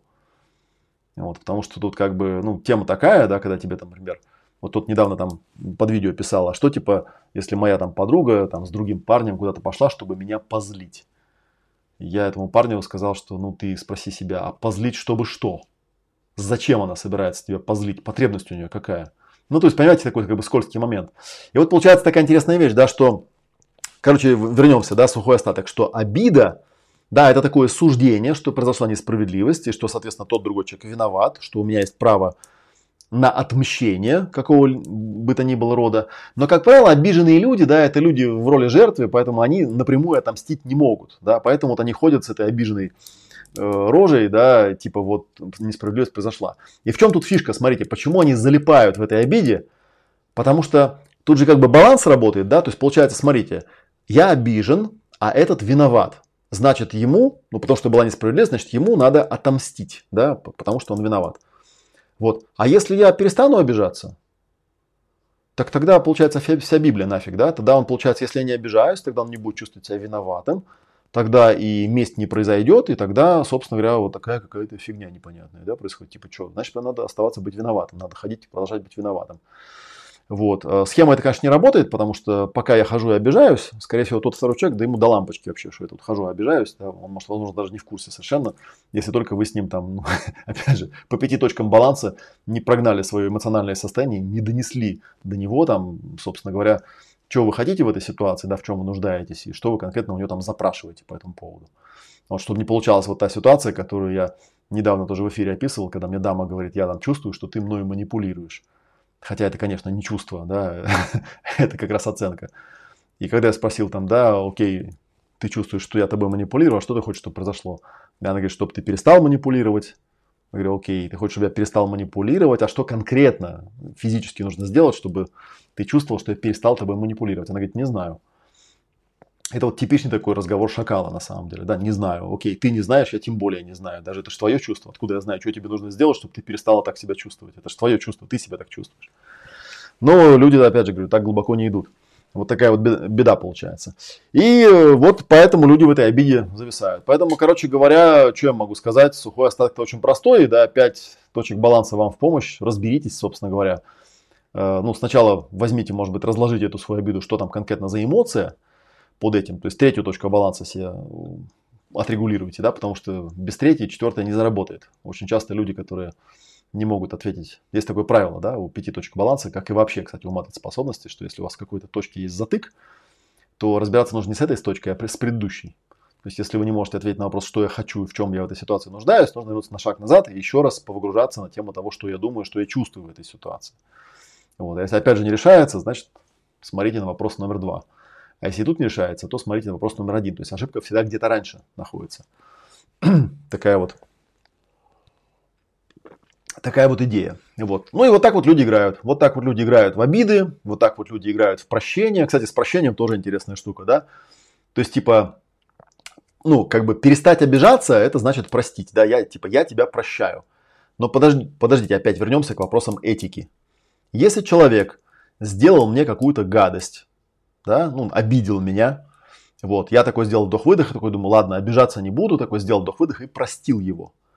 Вот, потому что тут как бы, ну, тема такая, да, когда тебе там, например, вот тут недавно там под видео писал, а что типа, если моя там подруга там с другим парнем куда-то пошла, чтобы меня позлить. Я этому парню сказал, что ну ты спроси себя, а позлить чтобы что? Зачем она собирается тебя позлить? Потребность у нее какая? Ну, то есть, понимаете, такой как бы скользкий момент. И вот получается такая интересная вещь, да, что, короче, вернемся, да, сухой остаток, что обида, да, это такое суждение, что произошла несправедливость, и что, соответственно, тот другой человек виноват, что у меня есть право на отмщение какого бы то ни было рода. Но, как правило, обиженные люди, да, это люди в роли жертвы, поэтому они напрямую отомстить не могут. Да, поэтому вот они ходят с этой обиженной рожей, да, типа вот несправедливость произошла. И в чем тут фишка, смотрите, почему они залипают в этой обиде? Потому что тут же как бы баланс работает, да, то есть получается, смотрите, я обижен, а этот виноват. Значит, ему, ну потому что была несправедливость, значит, ему надо отомстить, да, потому что он виноват. Вот. А если я перестану обижаться, так тогда получается вся Библия нафиг, да? Тогда он, получается, если я не обижаюсь, тогда он не будет чувствовать себя виноватым, тогда и месть не произойдет, и тогда, собственно говоря, вот такая какая-то фигня непонятная, да, происходит. Типа, что? Значит, надо оставаться быть виноватым, надо ходить и продолжать быть виноватым. Вот. Схема эта, конечно, не работает, потому что пока я хожу и обижаюсь, скорее всего, тот второй человек, да ему до лампочки вообще, что я тут хожу и обижаюсь, да, он, может, возможно, даже не в курсе совершенно, если только вы с ним там, ну, опять же, по 5 точкам баланса не прогнали свое эмоциональное состояние, не донесли до него там, собственно говоря, что вы хотите в этой ситуации, да, в чем вы нуждаетесь, и что вы конкретно у него там запрашиваете по этому поводу. Вот, чтобы не получалась вот та ситуация, которую я недавно тоже в эфире описывал, когда мне дама говорит, я там чувствую, что ты мною манипулируешь. Хотя это, конечно, не чувство, да, это как раз оценка. И когда я спросил там, да, окей, ты чувствуешь, что я тобой манипулирую, а что ты хочешь, чтобы произошло? И она говорит, чтобы ты перестал манипулировать. Я говорю, окей, ты хочешь, чтобы я перестал манипулировать, а что конкретно физически нужно сделать, чтобы ты чувствовал, что я перестал тобой манипулировать? Она говорит, не знаю. Это вот типичный такой разговор шакала на самом деле. Да, не знаю. Окей, ты не знаешь, я тем более не знаю. Даже это же твое чувство. Откуда я знаю, что тебе нужно сделать, чтобы ты перестала так себя чувствовать? Это же твое чувство, ты себя так чувствуешь. Но люди, опять же говорю, так глубоко не идут. Вот такая вот беда получается. И вот поэтому люди в этой обиде зависают. Поэтому, короче говоря, что я могу сказать? Сухой остаток-то очень простой. Да, 5 точек баланса вам в помощь. Разберитесь, собственно говоря. Ну, сначала возьмите, может быть, разложите эту свою обиду, что там конкретно за эмоция под этим. То есть третью точку баланса себе отрегулируйте, да, потому что без третьей, четвертой не заработает. Очень часто люди, которые не могут ответить. Есть такое правило, да, у 5 точек баланса, как и вообще, кстати, у матоспособности, что если у вас в какой-то точке есть затык, то разбираться нужно не с этой точкой, а с предыдущей. То есть, если вы не можете ответить на вопрос, что я хочу и в чем я в этой ситуации нуждаюсь, нужно вернуться на шаг назад и еще раз повыгружаться на тему того, что я думаю, что я чувствую в этой ситуации. Вот. А если опять же не решается, значит, смотрите на вопрос номер 2. А если тут не решается, то смотрите на вопрос номер 1. То есть ошибка всегда где-то раньше находится. Такая вот идея. Вот. Ну и вот так вот люди играют. Вот так вот люди играют в обиды, вот так вот люди играют в прощение. Кстати, с прощением тоже интересная штука, да? То есть, типа, ну, как бы перестать обижаться, это значит простить. Да, я тебя прощаю. Но подождите, опять вернемся к вопросам этики. Если человек сделал мне какую-то гадость, да, ну, обидел меня, вот, я такой сделал вдох-выдох, такой думаю, ладно, обижаться не буду, такой сделал вдох-выдох и простил его.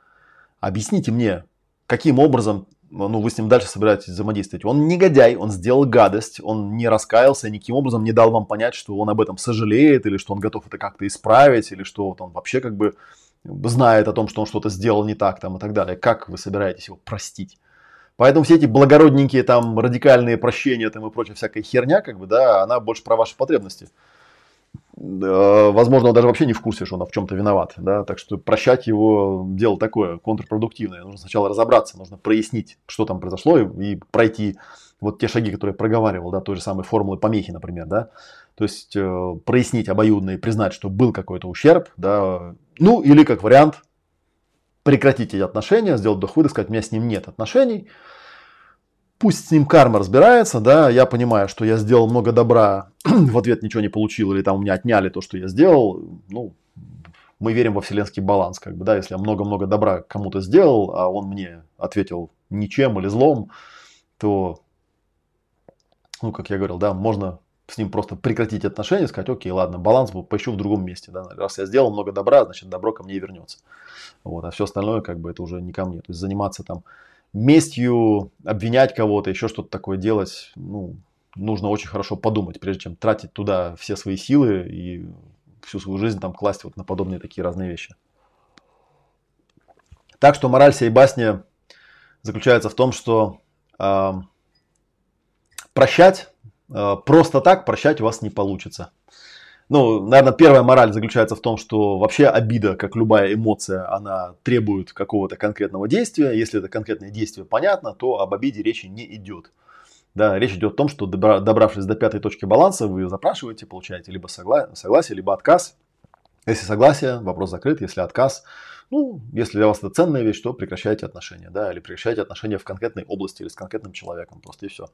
Объясните мне, каким образом вы с ним дальше собираетесь взаимодействовать. Он негодяй, он сделал гадость, он не раскаялся, никаким образом не дал вам понять, что он об этом сожалеет, или что он готов это как-то исправить, или что вот он вообще как бы знает о том, что он что-то сделал не так там, и так далее. Как вы собираетесь его простить? Поэтому все эти благородненькие там радикальные прощения там, и прочая всякая херня, как бы, да, она больше про ваши потребности. Возможно, он даже вообще не в курсе, что он в чем-то виноват. Да? Так что прощать его дело такое, контрпродуктивное. Нужно сначала разобраться, нужно прояснить, что там произошло, и пройти вот те шаги, которые я проговаривал, да, той же самой формулы помехи, например. Да? То есть прояснить обоюдно и признать, что был какой-то ущерб. Да? Ну, или как вариант, прекратить эти отношения, сделать вдох-выдох, сказать, у меня с ним нет отношений. Пусть с ним карма разбирается, да, я понимаю, что я сделал много добра, в ответ ничего не получил, или там у меня отняли то, что я сделал. Ну, мы верим во вселенский баланс, как бы, да, если я много-много добра кому-то сделал, а он мне ответил ничем или злом, то, ну, как я говорил, да, можно с ним просто прекратить отношения, сказать, окей, ладно, баланс поищу в другом месте, да, раз я сделал много добра, значит, добро ко мне и вернется. Вот, а все остальное, как бы, это уже не ко мне. То есть заниматься там местью, обвинять кого-то, еще что-то такое делать, ну, нужно очень хорошо подумать, прежде чем тратить туда все свои силы и всю свою жизнь там класть вот на подобные такие разные вещи. Так что мораль сей басни заключается в том, что прощать, просто так прощать у вас не получится. Ну, наверное, первая мораль заключается в том, что вообще обида, как любая эмоция, она требует какого-то конкретного действия. Если это конкретное действие понятно, то об обиде речи не идет. Да, речь идет о том, что добравшись до пятой точки баланса, вы запрашиваете, получаете либо согласие, либо отказ. Если согласие, вопрос закрыт. Если отказ, ну, если для вас это ценная вещь, то прекращайте отношения. Да, или прекращайте отношения в конкретной области или с конкретным человеком. Просто и все.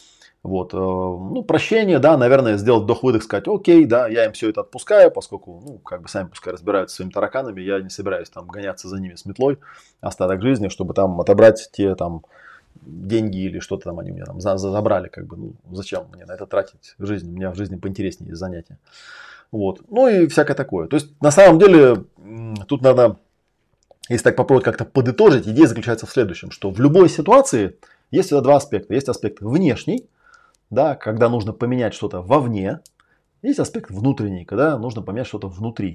Вот, ну, прощение, да, наверное, сделать вдох-выдох, сказать, окей, да, я им все это отпускаю, поскольку, ну, как бы сами пускай разбираются с своими тараканами, я не собираюсь там гоняться за ними с метлой остаток жизни, чтобы там отобрать те там деньги или что-то там они у меня там забрали, как бы, ну, зачем мне на это тратить жизнь, у меня в жизни поинтереснее есть занятия. Вот, ну и всякое такое. То есть, на самом деле, тут надо, если так попробовать как-то подытожить, идея заключается в следующем, что в любой ситуации есть всегда два аспекта. Есть аспект внешний, да, когда нужно поменять что-то вовне, есть аспект внутренний, когда нужно поменять что-то внутри.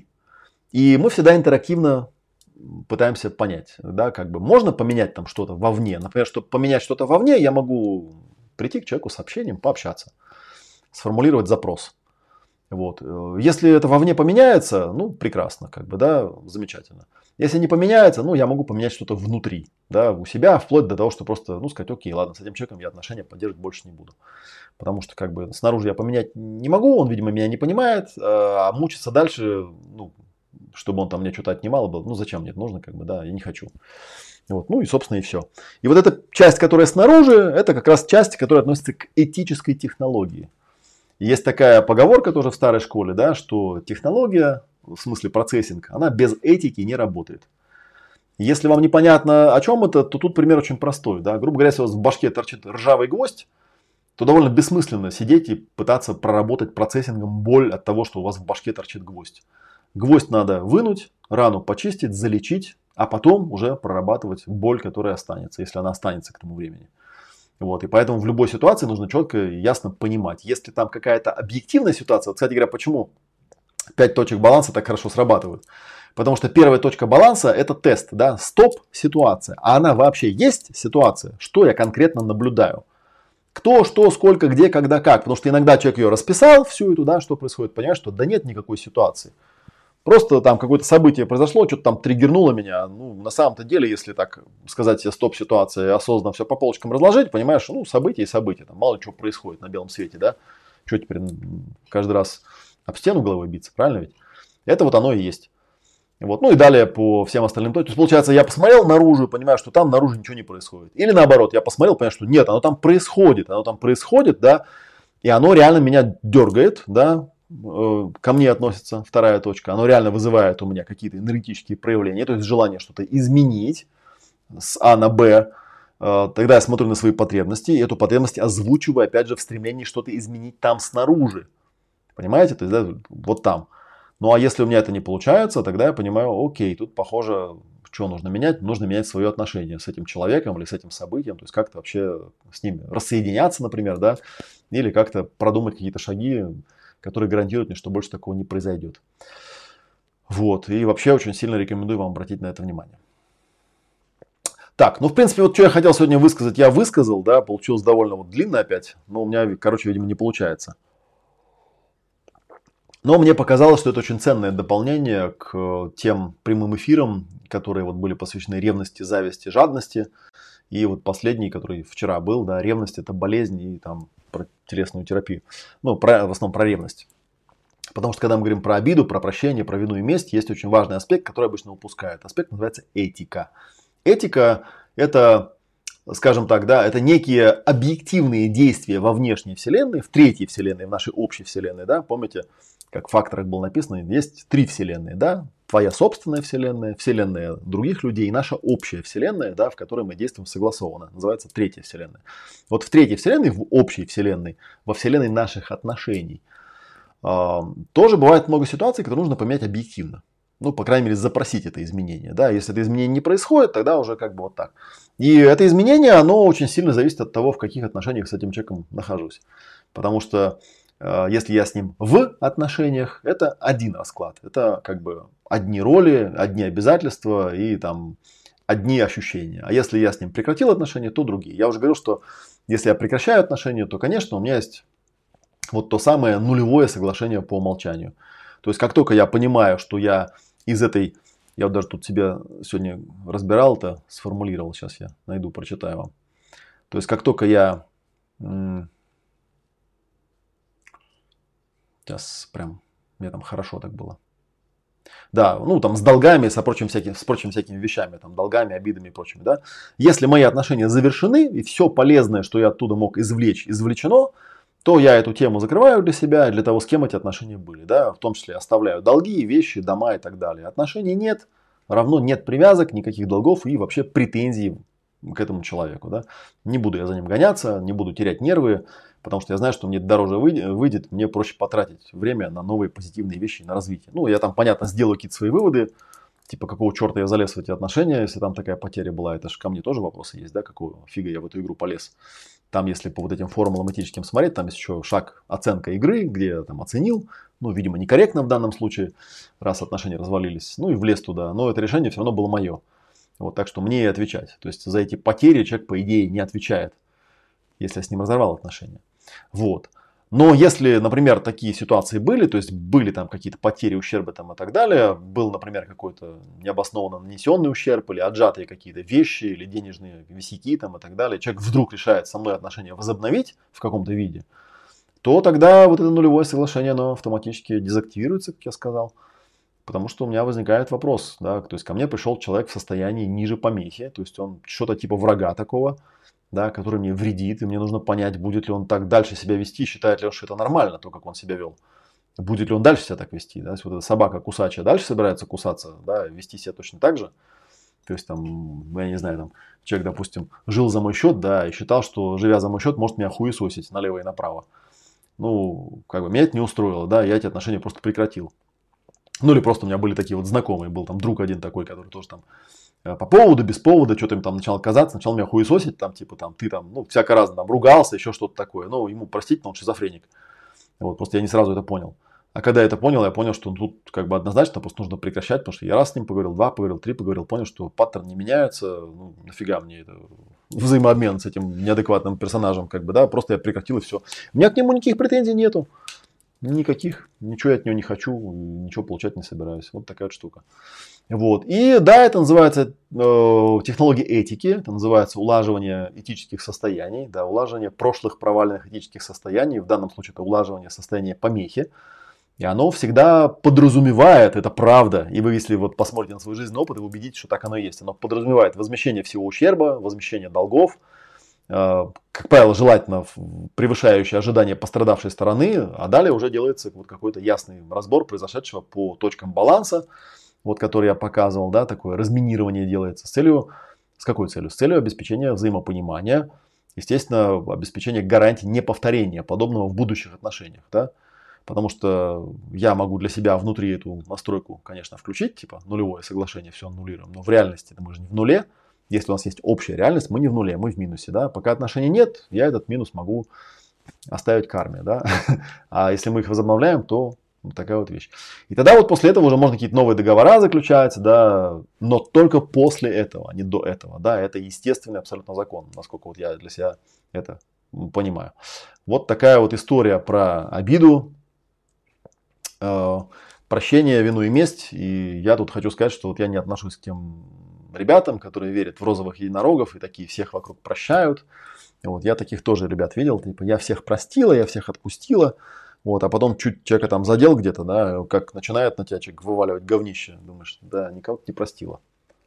И мы всегда интерактивно пытаемся понять, да, как бы можно поменять там что-то вовне. Например, чтобы поменять что-то вовне, я могу прийти к человеку с сообщением, пообщаться, сформулировать запрос. Вот. Если это вовне поменяется, ну, прекрасно, как бы, да, замечательно. Если не поменяется, ну, я могу поменять что-то внутри, да, у себя, вплоть до того, что просто, ну, сказать, окей, ладно, с этим человеком я отношения поддерживать больше не буду. Потому что, как бы, снаружи я поменять не могу, он, видимо, меня не понимает, а мучиться дальше, ну, чтобы он там мне что-то отнимал, был, ну, зачем мне это нужно, как бы, да, я не хочу. Вот, ну и, собственно, и все. И вот эта часть, которая снаружи, это как раз часть, которая относится к этической технологии. Есть такая поговорка тоже в старой школе, да, что технология, в смысле процессинг, она без этики не работает. Если вам непонятно, о чем это, то тут пример очень простой. Да. Грубо говоря, если у вас в башке торчит ржавый гвоздь, то довольно бессмысленно сидеть и пытаться проработать процессингом боль от того, что у вас в башке торчит гвоздь. Гвоздь надо вынуть, рану почистить, залечить, а потом уже прорабатывать боль, которая останется, если она останется к тому времени. Вот, и поэтому в любой ситуации нужно четко и ясно понимать, если там какая-то объективная ситуация, вот, кстати говоря, почему 5 точек баланса так хорошо срабатывают? Потому что первая точка баланса это тест, да, стоп-ситуация, а она вообще есть ситуация, что я конкретно наблюдаю? Кто, что, сколько, где, когда, как, потому что иногда человек ее расписал, всю эту, да, что происходит, понимаешь, что да нет никакой ситуации. Просто там какое-то событие произошло, что-то там триггернуло меня. Ну, на самом-то деле, если так сказать себе стоп-ситуация, осознанно все по полочкам разложить, понимаешь, ну, событие и событие. Там мало чего происходит на белом свете, да. Что теперь каждый раз об стену головой биться, правильно ведь? Это вот оно и есть. Вот. Ну и далее по всем остальным. То есть, получается, я посмотрел наружу, понимаю, что там наружу ничего не происходит. Или наоборот, я посмотрел, понимаю, что нет, оно там происходит, да, и оно реально меня дергает, да, ко мне относится вторая точка, оно реально вызывает у меня какие-то энергетические проявления, то есть желание что-то изменить с А на Б. Тогда я смотрю на свои потребности и эту потребность озвучиваю опять же в стремлении что-то изменить там снаружи. Понимаете? То есть, да, вот там. Ну а если у меня это не получается, тогда я понимаю, окей, тут похоже Что нужно менять? Нужно менять свое отношение с этим человеком или с этим событием. То есть как-то вообще с ними рассоединяться, например, да, или как-то продумать какие-то шаги, которые гарантируют мне, что больше такого не произойдет. Вот. И вообще очень сильно рекомендую вам обратить на это внимание. Так, ну, в принципе, вот что я хотел сегодня высказать, я высказал, да, получилось довольно вот длинно опять, но у меня, короче, видимо, не получается. Но мне показалось, что это очень ценное дополнение к тем прямым эфирам, которые вот были посвящены ревности, зависти, жадности. И вот последний, который вчера был, да, ревность – это болезнь и там про телесную терапию. Ну, в основном про ревность. Потому что когда мы говорим про обиду, про прощение, про вину и месть, есть очень важный аспект, который обычно упускают. Аспект называется этика. Этика – это, скажем так, да, это некие объективные действия во внешней вселенной, в третьей вселенной, в нашей общей вселенной, да, помните, как в факторах было написано, есть три вселенные, да, твоя собственная вселенная, вселенная других людей, и наша общая вселенная, да, в которой мы действуем согласованно, называется третья вселенная. Вот в третьей вселенной, в общей вселенной, во вселенной наших отношений, тоже бывает много ситуаций, которые нужно поменять объективно. Ну, по крайней мере, запросить это изменение. Да? Если это изменение не происходит, тогда уже как бы вот так. И это изменение, оно очень сильно зависит от того, в каких отношениях с этим человеком нахожусь. Потому что если я с ним в отношениях, это один расклад. Это как бы одни роли, одни обязательства и там одни ощущения. А если я с ним прекратил отношения, то другие. Я уже говорил, что если я прекращаю отношения, то, конечно, у меня есть вот то самое нулевое соглашение по умолчанию. То есть, как только я понимаю, что я из этой... Я вот даже тут себе сегодня разбирал это, сформулировал. Сейчас я найду, прочитаю вам. То есть, как только я... Сейчас прям... Мне там хорошо так было. Да, ну там с долгами, с прочими всякими вещами, там, долгами, обидами и прочими. Да? Если мои отношения завершены, и все полезное, что я оттуда мог извлечь, извлечено, то я эту тему закрываю для себя, для того, с кем эти отношения были. Да? В том числе оставляю долги, вещи, дома и так далее. Отношений нет, равно нет привязок, никаких долгов и вообще претензий к этому человеку. Да? Не буду я за ним гоняться, не буду терять нервы, потому что я знаю, что мне дороже выйдет, мне проще потратить время на новые позитивные вещи, на развитие. Ну, я там, понятно, сделаю какие-то свои выводы, типа, какого черта я залез в эти отношения, если там такая потеря была, это же ко мне тоже вопросы есть, да, какого фига я в эту игру полез. Там, если по вот этим формулам этическим смотреть, там есть еще шаг оценка игры, где я там оценил, ну, видимо, некорректно в данном случае, раз отношения развалились, ну, и влез туда, но это решение все равно было мое. Вот, так что мне и отвечать. То есть, за эти потери человек, по идее, не отвечает, если я с ним разорвал отношения. Вот. Но если, например, такие ситуации были, то есть были там какие-то потери, ущербы там и так далее, был, например, какой-то необоснованно нанесенный ущерб или отжатые какие-то вещи или денежные висяки там и так далее, человек вдруг решает со мной отношения возобновить в каком-то виде, то тогда вот это нулевое соглашение, оно автоматически дезактивируется, как я сказал, потому что у меня возникает вопрос, да, то есть ко мне пришел человек в состоянии ниже помехи, то есть он что-то типа врага такого, да, который мне вредит, и мне нужно понять, будет ли он так дальше себя вести, считает ли он, что это нормально, то, как он себя вел. Будет ли он дальше себя так вести. Да? Если вот эта собака кусачая дальше собирается кусаться, да, вести себя точно так же. То есть, там, я не знаю, там, человек, допустим, жил за мой счет, да, и считал, что, живя за мой счет, может меня хуесосить налево и направо. Ну, как бы, меня это не устроило, да, я эти отношения просто прекратил. Ну, или просто у меня были такие вот знакомые, был там друг один такой, который тоже там по поводу, без повода, что-то им там начал казаться, начал меня хуесосить, там, типа, там, ты там, ну, всяко разно, там, ругался, еще что-то такое. Ну, ему простить, но он шизофреник. Вот, просто я не сразу это понял. А когда я это понял, я понял, что тут как бы однозначно просто нужно прекращать, потому что я раз с ним поговорил, два поговорил, три поговорил, понял, что паттерн не меняется, ну, нафига мне это взаимообмен с этим неадекватным персонажем, как бы, да, просто я прекратил и все. У меня к нему никаких претензий нету. Никаких, ничего я от него не хочу, ничего получать не собираюсь. Вот такая вот штука. Вот. И да, это называется технология этики, это называется улаживание этических состояний, да, улаживание прошлых провальных этических состояний, в данном случае это улаживание состояния помехи. И оно всегда подразумевает, это правда, и вы, если вот посмотрите на свой жизненный опыт, вы убедитесь, что так оно и есть. Оно подразумевает возмещение всего ущерба, возмещение долгов, как правило, желательно превышающие ожидания пострадавшей стороны, а далее уже делается вот какой-то ясный разбор произошедшего по точкам баланса, вот который я показывал, да, такое разминирование делается с целью, с какой целью? С целью обеспечения взаимопонимания, естественно, обеспечения гарантии неповторения подобного в будущих отношениях, да. Потому что я могу для себя внутри эту настройку, конечно, включить, типа нулевое соглашение, все аннулируем. Но в реальности мы же не в нуле. Если у нас есть общая реальность, мы не в нуле, мы в минусе. Да? Пока отношений нет, я этот минус могу оставить карме. Да? А если мы их возобновляем, то вот такая вот вещь. И тогда вот после этого уже можно какие-то новые договора заключать, да, но только после этого, а не до этого. Да, это естественный абсолютно закон, насколько вот я для себя это понимаю. Вот такая вот история про обиду, прощение, вину и месть. И я тут хочу сказать, что вот я не отношусь к тем ребятам, которые верят в розовых единорогов и такие всех вокруг прощают. Вот, я таких тоже ребят видел, типа я всех простила, я всех отпустила. Вот, а потом чуть человека там задел где-то, да, как начинает на тебя человек вываливать говнище. Думаешь, да, никого ты не простила.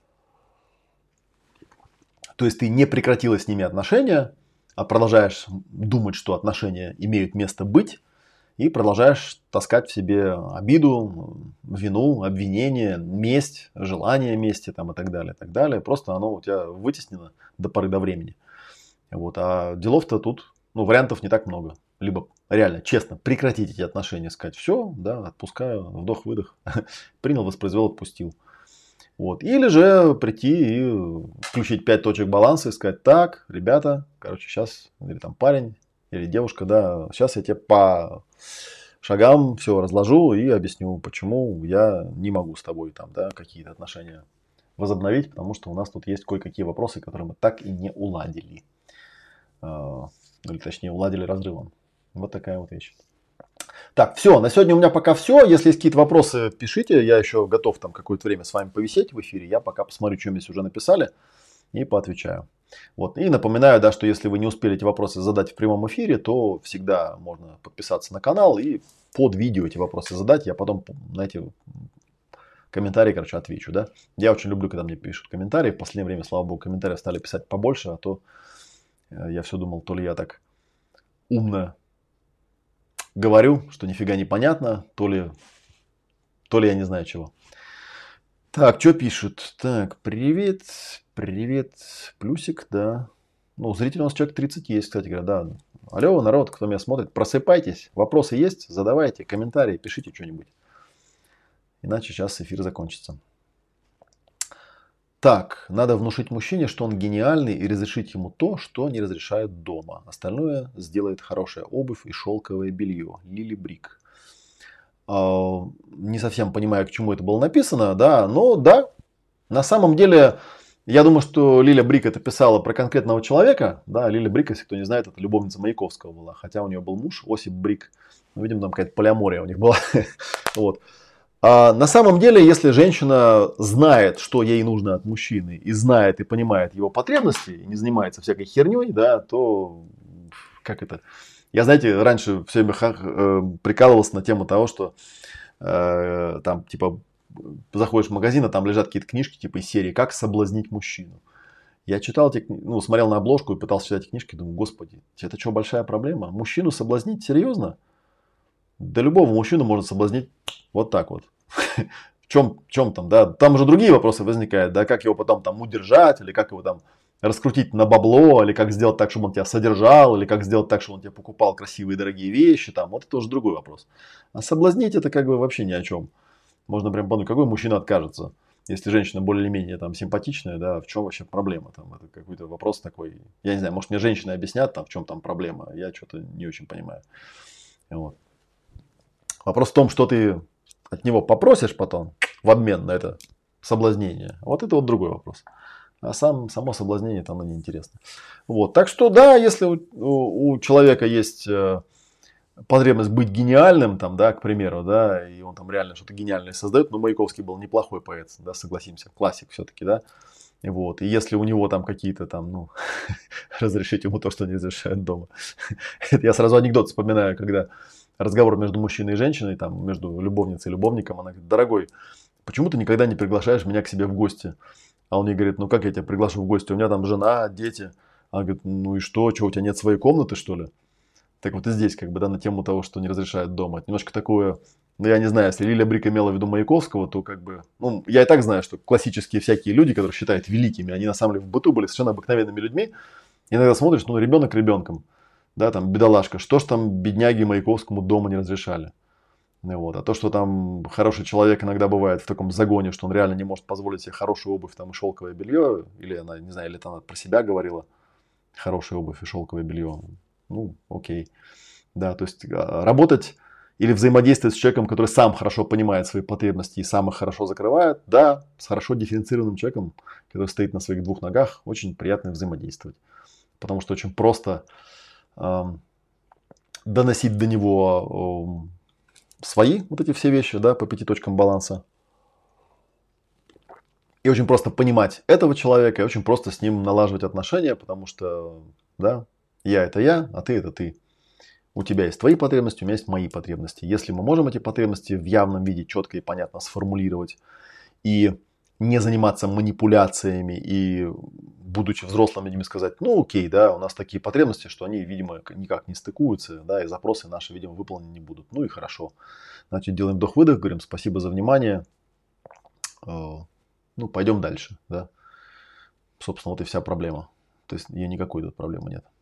То есть ты не прекратила с ними отношения, а продолжаешь думать, что отношения имеют место быть, и продолжаешь таскать в себе обиду, вину, обвинение, месть, желание мести там, и так далее, и так далее. Просто оно у тебя вытеснено до поры до времени. Вот. А делов-то тут, ну, вариантов не так много. Либо реально, честно, прекратить эти отношения, сказать, все, да, отпускаю, вдох-выдох, принял, воспроизвел, отпустил. Вот. Или же прийти и включить 5 точек баланса и сказать, так, ребята, короче, сейчас, или там парень, или девушка, да, сейчас я тебе по шагам все разложу и объясню, почему я не могу с тобой там, да, какие-то отношения возобновить, потому что у нас тут есть кое-какие вопросы, которые мы так и не уладили. Или точнее уладили разрывом. Вот такая вот вещь. Так, все, на сегодня у меня пока все. Если есть какие-то вопросы, пишите. Я еще готов там какое-то время с вами повисеть в эфире. Я пока посмотрю, что мне здесь уже написали, и поотвечаю. Вот. И напоминаю, да, что если вы не успели эти вопросы задать в прямом эфире, то всегда можно подписаться на канал и под видео эти вопросы задать. Я потом на эти комментарии, короче, отвечу. Да? Я очень люблю, когда мне пишут комментарии. В последнее время, слава богу, комментариев стали писать побольше, а то я все думал, то ли я так умно говорю, что нифига не понятно, то ли я не знаю чего. Так, что пишут? Так, привет, плюсик, да. Ну, зрителей у нас человек 30 есть, кстати говоря, да. Алло, народ, кто меня смотрит, просыпайтесь. Вопросы есть? Задавайте, комментарии, пишите что-нибудь. Иначе сейчас эфир закончится. Так, надо внушить мужчине, что он гениальный, и разрешить ему то, что не разрешают дома. Остальное сделает хорошая обувь и шелковое белье. Лили Брик. Не совсем понимаю, к чему это было написано, да, но да, на самом деле, я думаю, что Лиля Брик это писала про конкретного человека. Да, Лиля Брик, если кто не знает, это любовница Маяковского была, хотя у нее был муж Осип Брик. Ну, видимо, там какая-то полиамория у них была. Вот. А на самом деле, если женщина знает, что ей нужно от мужчины, и знает и понимает его потребности, и не занимается всякой херней, да, то как это? Я, знаете, раньше все время прикалывался на тему того, что там типа заходишь в магазин, а там лежат какие-то книжки типа из серии «Как соблазнить мужчину». Я читал эти, ну, смотрел на обложку и пытался читать эти книжки, думаю, господи, это что, большая проблема? Мужчину соблазнить? Серьезно? Да любого мужчину можно соблазнить вот так вот. В чем там, да? Там уже другие вопросы возникают, да, как его потом там удержать, или как его там раскрутить на бабло, или как сделать так, чтобы он тебя содержал, или как сделать так, чтобы он тебе покупал красивые дорогие вещи, там, вот это уже другой вопрос. А соблазнить это как бы вообще ни о чем. Можно прям подумать, какой мужчина откажется, если женщина более-менее там симпатичная, да, в чем вообще проблема, там, это какой-то вопрос такой, я не знаю, может мне женщины объяснят, там, в чем там проблема, я что-то не очень понимаю. Вот. Вопрос в том, что ты от него попросишь потом в обмен на это соблазнение. Вот это вот другой вопрос. А само соблазнение там оно неинтересно. Вот. Так что да, если у человека есть потребность быть гениальным, там, да, к примеру, да, и он там реально что-то гениальное создает, но Маяковский был неплохой поэт, да, согласимся, классик все-таки, да. Вот. И если у него там какие-то там, ну, разрешить ему то, что не разрешают дома. Я сразу анекдот вспоминаю, когда разговор между мужчиной и женщиной, там, между любовницей и любовником, она говорит, дорогой, почему ты никогда не приглашаешь меня к себе в гости? А он ей говорит, ну как я тебя приглашу в гости? У меня там жена, дети. Она говорит, ну и что, у тебя нет своей комнаты, что ли? Так вот и здесь, как бы, да, на тему того, что не разрешают дома. Это немножко такое, ну я не знаю, если Лиля Брик имела в виду Маяковского, то как бы, ну я и так знаю, что классические всякие люди, которых считают великими, они на самом деле в быту были совершенно обыкновенными людьми. Иногда смотришь, ну ребенок ребенком. Да, там, бедолашка, что ж там бедняге Маяковскому дома не разрешали? Вот. А то, что там хороший человек иногда бывает в таком загоне, что он реально не может позволить себе хорошую обувь там, и шелковое белье, или она, не знаю, или это она про себя говорила, хорошая обувь и шелковое белье, ну, окей. Да, то есть работать или взаимодействовать с человеком, который сам хорошо понимает свои потребности и сам их хорошо закрывает, да, с хорошо дифференцированным человеком, который стоит на своих двух ногах, очень приятно взаимодействовать. Потому что очень просто доносить до него свои вот эти все вещи, да, по 5 точкам баланса. И очень просто понимать этого человека, и очень просто с ним налаживать отношения, потому что, да, я это я, а ты это ты. У тебя есть твои потребности, у меня есть мои потребности. Если мы можем эти потребности в явном виде четко и понятно сформулировать и не заниматься манипуляциями и, будучи взрослыми людьми, сказать, ну окей, да, у нас такие потребности, что они, видимо, никак не стыкуются, да, и запросы наши, видимо, выполнены не будут. Ну и хорошо. Значит, делаем вдох-выдох, говорим спасибо за внимание, ну, пойдем дальше, да. Собственно, вот и вся проблема. То есть, ее никакой тут проблемы нет.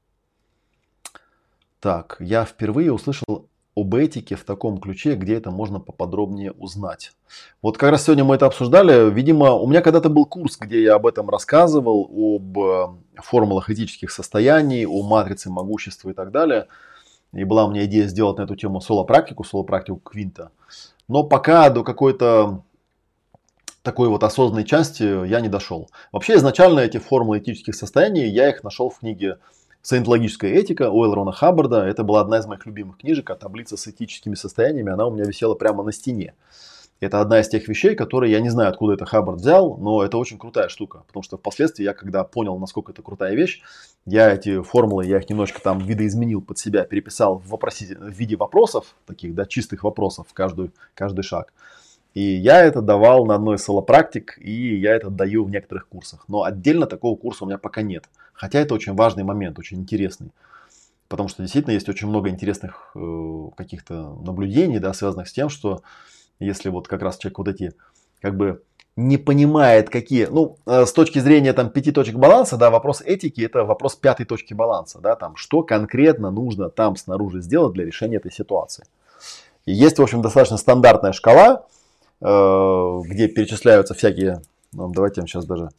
Так, я впервые услышал об этике в таком ключе, где это можно поподробнее узнать. Вот как раз сегодня мы это обсуждали. Видимо, у меня когда-то был курс, где я об этом рассказывал, об формулах этических состояний, о матрице могущества и так далее. И была у меня идея сделать на эту тему соло-практику Квинта. Но пока до какой-то такой вот осознанной части я не дошел. Вообще изначально эти формулы этических состояний, я их нашел в книге «Саентологическая этика» у Л. Рона Хаббарда. Это была одна из моих любимых книжек, а таблица с этическими состояниями, она у меня висела прямо на стене. Это одна из тех вещей, которые я не знаю, откуда это Хаббард взял, но это очень крутая штука. Потому что впоследствии я, когда понял, насколько это крутая вещь, я эти формулы, я их немножко там видоизменил под себя, переписал в виде вопросов, таких, да, чистых вопросов, каждый шаг. И я это давал на одной из соло-практик, и я это даю в некоторых курсах. Но отдельно такого курса у меня пока нет. Хотя это очень важный момент, очень интересный. Потому что действительно есть очень много интересных каких-то наблюдений, да, связанных с тем, что если вот как раз человек вот эти как бы не понимает, какие, ну, с точки зрения там 5 точек баланса, да, вопрос этики это вопрос 5 точки баланса, да, там, что конкретно нужно там снаружи сделать для решения этой ситуации. И есть, в общем, достаточно стандартная шкала, где перечисляются всякие, ну, давайте я вам сейчас даже,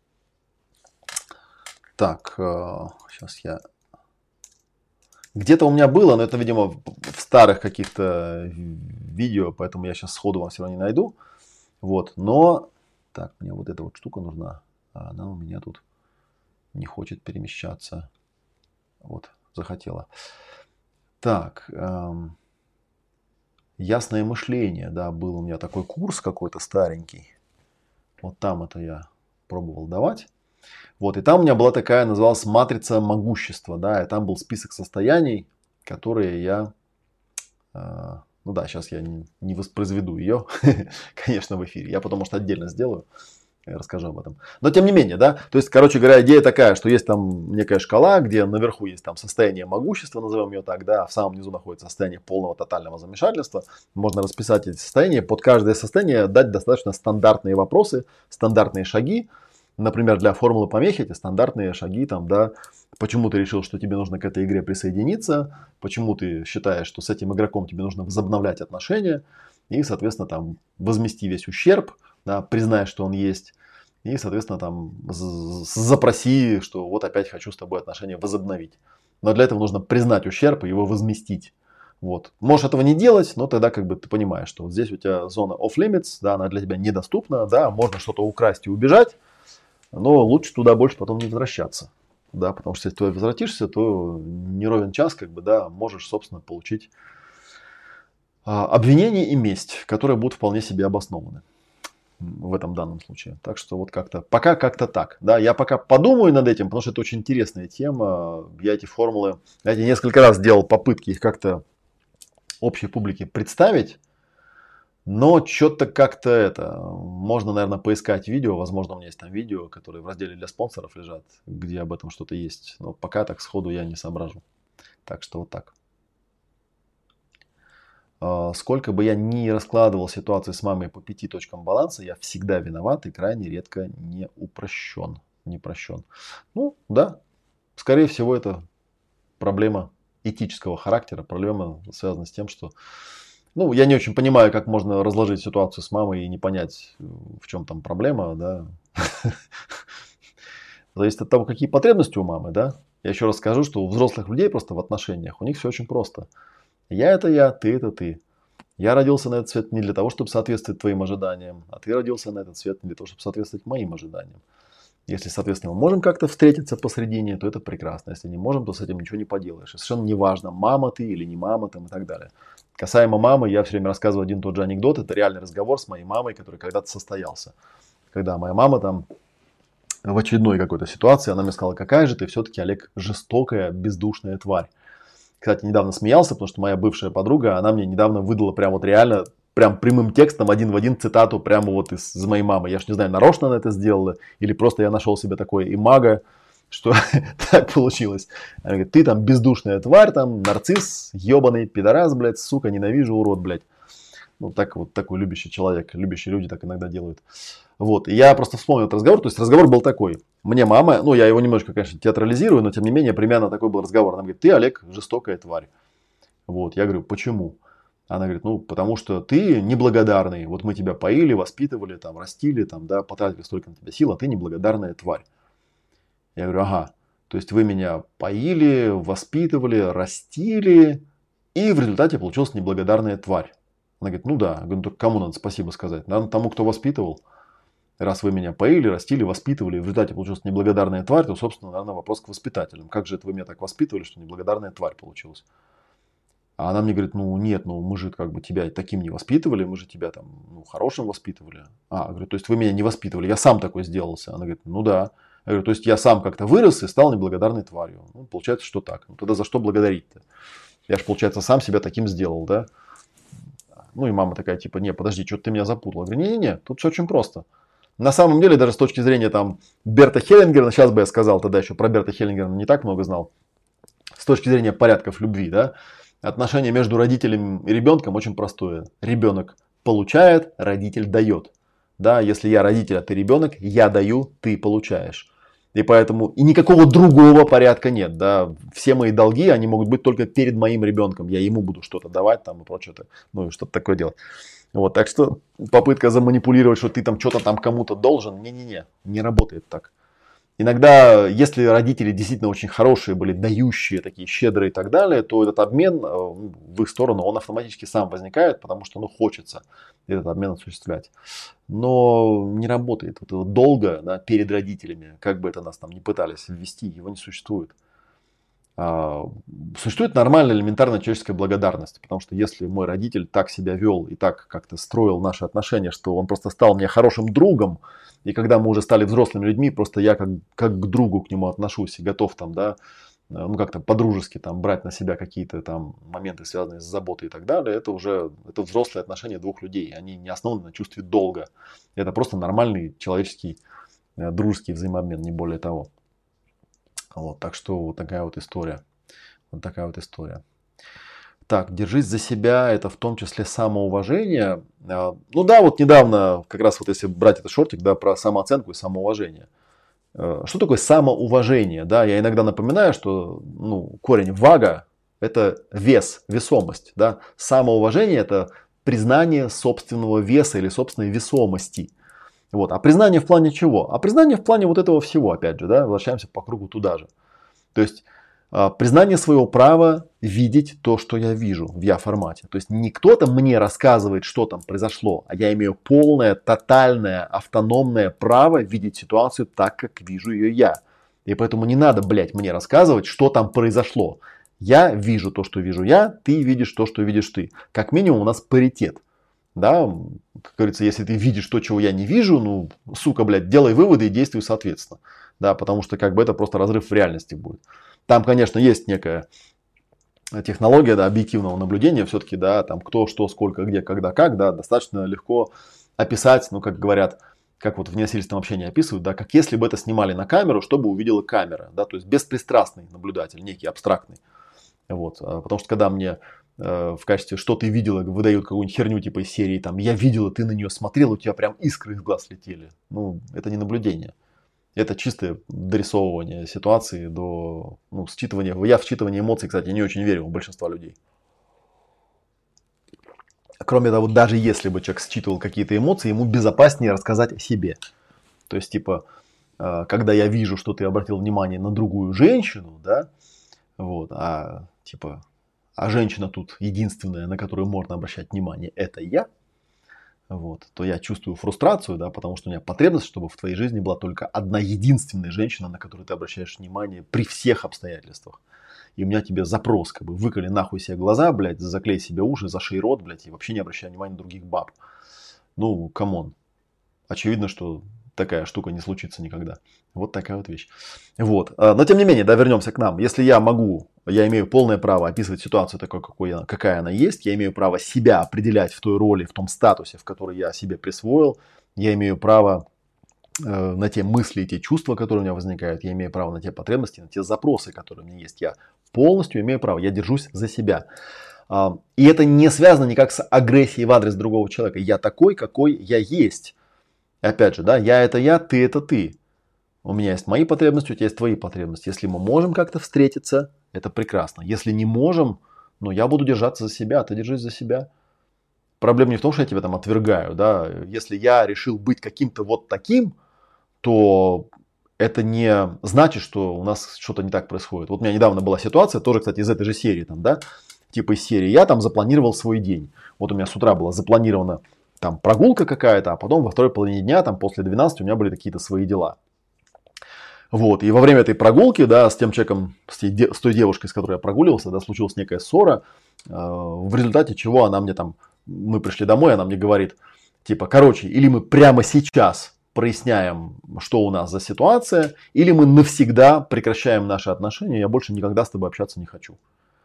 так, сейчас я, где-то у меня было, но это, видимо, в старых каких-то видео, поэтому я сейчас сходу вам все равно не найду, вот, но, так, мне вот эта вот штука нужна, а она у меня тут не хочет перемещаться, вот, захотела. Так, ясное мышление, да, был у меня такой курс какой-то старенький. Вот там это я пробовал давать. Вот, и там у меня была такая, называлась матрица могущества, да, и там был список состояний, которые я, ну да, сейчас я не воспроизведу ее, конечно, в эфире. Я потом, может, отдельно сделаю. Я расскажу об этом. Но тем не менее, да, то есть, короче говоря, идея такая, что есть там некая шкала, где наверху есть там состояние могущества, назовем ее так, да, а в самом низу находится состояние полного тотального замешательства. Можно расписать эти состояния, под каждое состояние дать достаточно стандартные вопросы, стандартные шаги. Например, для формулы помехи эти стандартные шаги, там, да, почему ты решил, что тебе нужно к этой игре присоединиться, почему ты считаешь, что с этим игроком тебе нужно возобновлять отношения, и, соответственно, там, возмести весь ущерб, да, признай, что он есть, и, соответственно, там запроси, что вот опять хочу с тобой отношения возобновить. Но для этого нужно признать ущерб и его возместить. Вот. Можешь этого не делать, но тогда как бы ты понимаешь, что вот здесь у тебя зона off-limits, да, она для тебя недоступна, да, можно что-то украсть и убежать, но лучше туда больше потом не возвращаться. Да, потому что если ты возвратишься, то не ровен час, как бы, да, можешь, собственно, получить обвинение и месть, которые будут вполне себе обоснованы в этом данном случае. Так что вот как-то, пока как-то так. Да, я пока подумаю над этим, потому что это очень интересная тема. Я эти формулы, знаете, несколько раз делал попытки их как-то общей публике представить, но что-то как-то это, можно, наверное, поискать видео, возможно, у меня есть там видео, которые в разделе для спонсоров лежат, где об этом что-то есть, но пока так сходу я не соображу. Так что вот так. Сколько бы я ни раскладывал ситуации с мамой по 5 точкам баланса, я всегда виноват и крайне редко не упрощен, не прощен. Ну, да, скорее всего, это проблема этического характера, проблема связана с тем, что Ну, я не очень понимаю, как можно разложить ситуацию с мамой и не понять, в чем там проблема, да. Зависит от того, какие потребности у мамы, да. Я еще раз скажу, что у взрослых людей просто в отношениях у них все очень просто. Я это я, ты это ты. Я родился на этот свет не для того, чтобы соответствовать твоим ожиданиям, а ты родился на этот свет не для того, чтобы соответствовать моим ожиданиям. Если, соответственно, мы можем как-то встретиться посредине, то это прекрасно. Если не можем, то с этим ничего не поделаешь. И совершенно неважно, мама ты или не мама там и так далее. Касаемо мамы, я все время рассказываю один и тот же анекдот. Это реальный разговор с моей мамой, который когда-то состоялся. Когда моя мама там в очередной какой-то ситуации, она мне сказала, какая же ты все-таки, Олег, жестокая, бездушная тварь. Кстати, недавно смеялся, потому что моя бывшая подруга, она мне недавно выдала прям вот реально, прям прямым текстом, один в один цитату прямо вот из моей мамы. Я ж не знаю, нарочно она это сделала, или просто я нашел себе такое имаго, что так получилось. Она говорит, ты там бездушная тварь, там нарцисс, ебаный пидорас, блядь, сука, ненавижу, урод, блядь. Ну, так вот такой любящий человек, любящие люди так иногда делают. Вот, и я просто вспомнил этот разговор, то есть разговор был такой. Мне мама, ну, я его немножко, конечно, театрализирую, но тем не менее, примерно такой был разговор. Она говорит, ты, Олег, жестокая тварь. Вот, я говорю, почему? Она говорит, ну, потому что ты неблагодарный. Вот мы тебя поили, воспитывали, там, растили, там, да, потратили столько на тебя сил, а ты неблагодарная тварь. Я говорю, ага, то есть вы меня поили, воспитывали, растили, и в результате получилась неблагодарная тварь. Она говорит, ну да. Я говорю, только кому надо спасибо сказать? Наверное, тому, кто воспитывал. Раз вы меня поили, растили, воспитывали, и в результате получилась неблагодарная тварь, то, собственно, наверное, вопрос к воспитателям. Как же это вы меня так воспитывали, что неблагодарная тварь получилась? А она мне говорит, ну нет, ну мы же как бы тебя таким не воспитывали, мы же тебя там ну, хорошим воспитывали. А, говорю, то есть вы меня не воспитывали, я сам такой сделался. Она говорит, ну да. Я говорю, то есть я сам как-то вырос и стал неблагодарной тварью. Ну, получается, что так. Ну, тогда за что благодарить-то? Я же, получается, сам себя таким сделал, да? Ну и мама такая, типа, не, подожди, что ты меня запутала. Я говорю, не-не-не, тут все очень просто. На самом деле, даже с точки зрения там Берта Хеллингера, сейчас бы я сказал тогда еще про Берта Хеллингера, не так много знал, с точки зрения порядков любви, да, отношение между родителем и ребенком очень простое. Ребенок получает, родитель дает. Да, если я родитель, а ты ребенок, я даю, ты получаешь. И поэтому и никакого другого порядка нет. Да. Все мои долги, они могут быть только перед моим ребенком. Я ему буду что-то давать там и прочее. Ну и что-то такое делать. Вот, так что попытка заманипулировать, что ты там что-то там кому-то должен, не-не-не, не работает так. Иногда, если родители действительно очень хорошие были, дающие, такие щедрые и так далее, то этот обмен в их сторону, он автоматически сам возникает, потому что ну, хочется этот обмен осуществлять. Но не работает. Вот это долго да, перед родителями, как бы это нас там не пытались ввести, его не существует. Существует нормальная элементарная человеческая благодарность, потому что если мой родитель так себя вел и так как-то строил наши отношения, что он просто стал мне хорошим другом, и когда мы уже стали взрослыми людьми, просто я как к другу к нему отношусь и готов там, да, ну как-то по-дружески там брать на себя какие-то там моменты, связанные с заботой и так далее, это уже это взрослые отношения двух людей, они не основаны на чувстве долга, это просто нормальный человеческий дружеский взаимообмен, не более того. Вот, так что вот такая вот история. Вот такая вот история. Так, держись за себя, это в том числе самоуважение. Ну да, вот недавно, как раз вот если брать этот шортик, да, про самооценку и самоуважение. Что такое самоуважение? Да, я иногда напоминаю, что ну, корень вага – это вес, весомость. Да? Самоуважение – это признание собственного веса или собственной весомости. Вот. А признание в плане чего? А признание в плане вот этого всего, опять же, да, возвращаемся по кругу туда же. То есть признание своего права видеть то, что я вижу в я-формате. То есть не кто-то мне рассказывает, что там произошло, а я имею полное, тотальное, автономное право видеть ситуацию так, как вижу ее я. И поэтому не надо, блядь, мне рассказывать, что там произошло. Я вижу то, что вижу я, ты видишь то, что видишь ты. Как минимум у нас паритет. Да, как говорится, если ты видишь то, чего я не вижу, ну, сука, блядь, делай выводы и действуй соответственно. Да, потому что как бы это просто разрыв в реальности будет. Там, конечно, есть некая технология да, объективного наблюдения, все-таки, да, там кто, что, сколько, где, когда, как, да, достаточно легко описать, ну, как говорят, как вот в ненасильственном общении описывают, да, как если бы это снимали на камеру, чтобы увидела камера, да, то есть беспристрастный наблюдатель, некий абстрактный. Вот, потому что когда мне в качестве «что ты видела» выдают какую-нибудь херню типа из серии там «я видела, ты на нее смотрел, у тебя прям искры из глаз летели». Ну, это не наблюдение. Это чистое дорисовывание ситуации до ну, считывания. Я в считывание эмоций, кстати, не очень верю у большинства людей. Кроме того, даже если бы человек считывал какие-то эмоции, ему безопаснее рассказать о себе. То есть, типа, когда я вижу, что ты обратил внимание на другую женщину, да, вот, типа, а женщина тут единственная, на которую можно обращать внимание, это я, вот, то я чувствую фрустрацию, да, потому что у меня потребность, чтобы в твоей жизни была только одна единственная женщина, на которую ты обращаешь внимание при всех обстоятельствах. И у меня тебе запрос, как бы, выколи нахуй себе глаза, блядь, заклей себе уши, зашей рот, блядь, и вообще не обращай внимания на других баб. Ну, камон. Очевидно, что такая штука не случится никогда. Вот такая вот вещь. Вот. Но тем не менее, да, вернемся к нам. Если я могу, я имею полное право описывать ситуацию такой, какая она есть. Я имею право себя определять в той роли, в том статусе, в который я себе присвоил. Я имею право на те мысли и те чувства, которые у меня возникают. Я имею право на те потребности, на те запросы, которые у меня есть. Я полностью имею право. Я держусь за себя. И это не связано никак с агрессией в адрес другого человека. Я такой, какой я есть. Опять же, да, я это я, ты это ты. У меня есть мои потребности, у тебя есть твои потребности. Если мы можем как-то встретиться, это прекрасно. Если не можем, ну я буду держаться за себя, ты держись за себя. Проблема не в том, что я тебя там отвергаю, да. Если я решил быть каким-то вот таким, то это не значит, что у нас что-то не так происходит. Вот у меня недавно была ситуация, тоже, кстати, из этой же серии, там, да, типа из серии, я там запланировал свой день. Вот у меня с утра была запланирована там прогулка какая-то, а потом во второй половине дня, там после 12 у меня были какие-то свои дела. Вот, и во время этой прогулки, да, с тем человеком, с той девушкой, с которой я прогуливался, да, случилась некая ссора, в результате чего она мне там, мы пришли домой, она мне говорит, типа, короче, или мы прямо сейчас проясняем, что у нас за ситуация, или мы навсегда прекращаем наши отношения, я больше никогда с тобой общаться не хочу.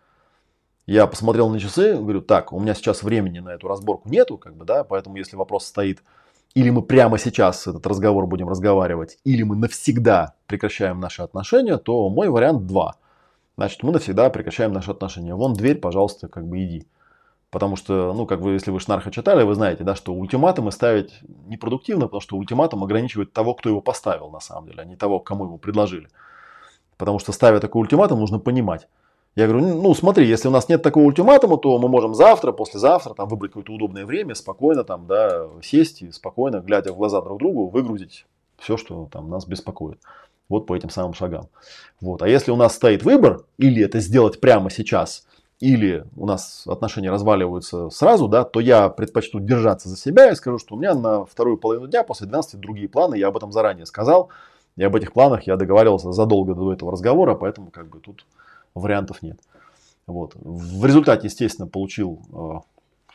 Я посмотрел на часы, говорю, так, у меня сейчас времени на эту разборку нету, как бы, да, поэтому если вопрос стоит, или мы прямо сейчас этот разговор будем разговаривать, или мы навсегда прекращаем наши отношения, то мой вариант 2. Значит, мы навсегда прекращаем наши отношения. Вон дверь, пожалуйста, как бы иди. Потому что, ну, как вы, если вы Шнарха читали, вы знаете, да, что ультиматумы ставить непродуктивно, потому что ультиматум ограничивает того, кто его поставил на самом деле, а не того, кому его предложили. Потому что ставя такой ультиматум, нужно понимать. Я говорю, ну смотри, если у нас нет такого ультиматума, то мы можем завтра, послезавтра там выбрать какое-то удобное время, спокойно там, да, сесть и спокойно, глядя в глаза друг другу, выгрузить все, что там нас беспокоит. Вот по этим самым шагам. Вот. А если у нас стоит выбор, или это сделать прямо сейчас, или у нас отношения разваливаются сразу, да, то я предпочту держаться за себя и скажу, что у меня на вторую половину дня после 12 другие планы, я об этом заранее сказал, и об этих планах я договаривался задолго до этого разговора, поэтому как бы тут вариантов нет. Вот. В результате, естественно, получил,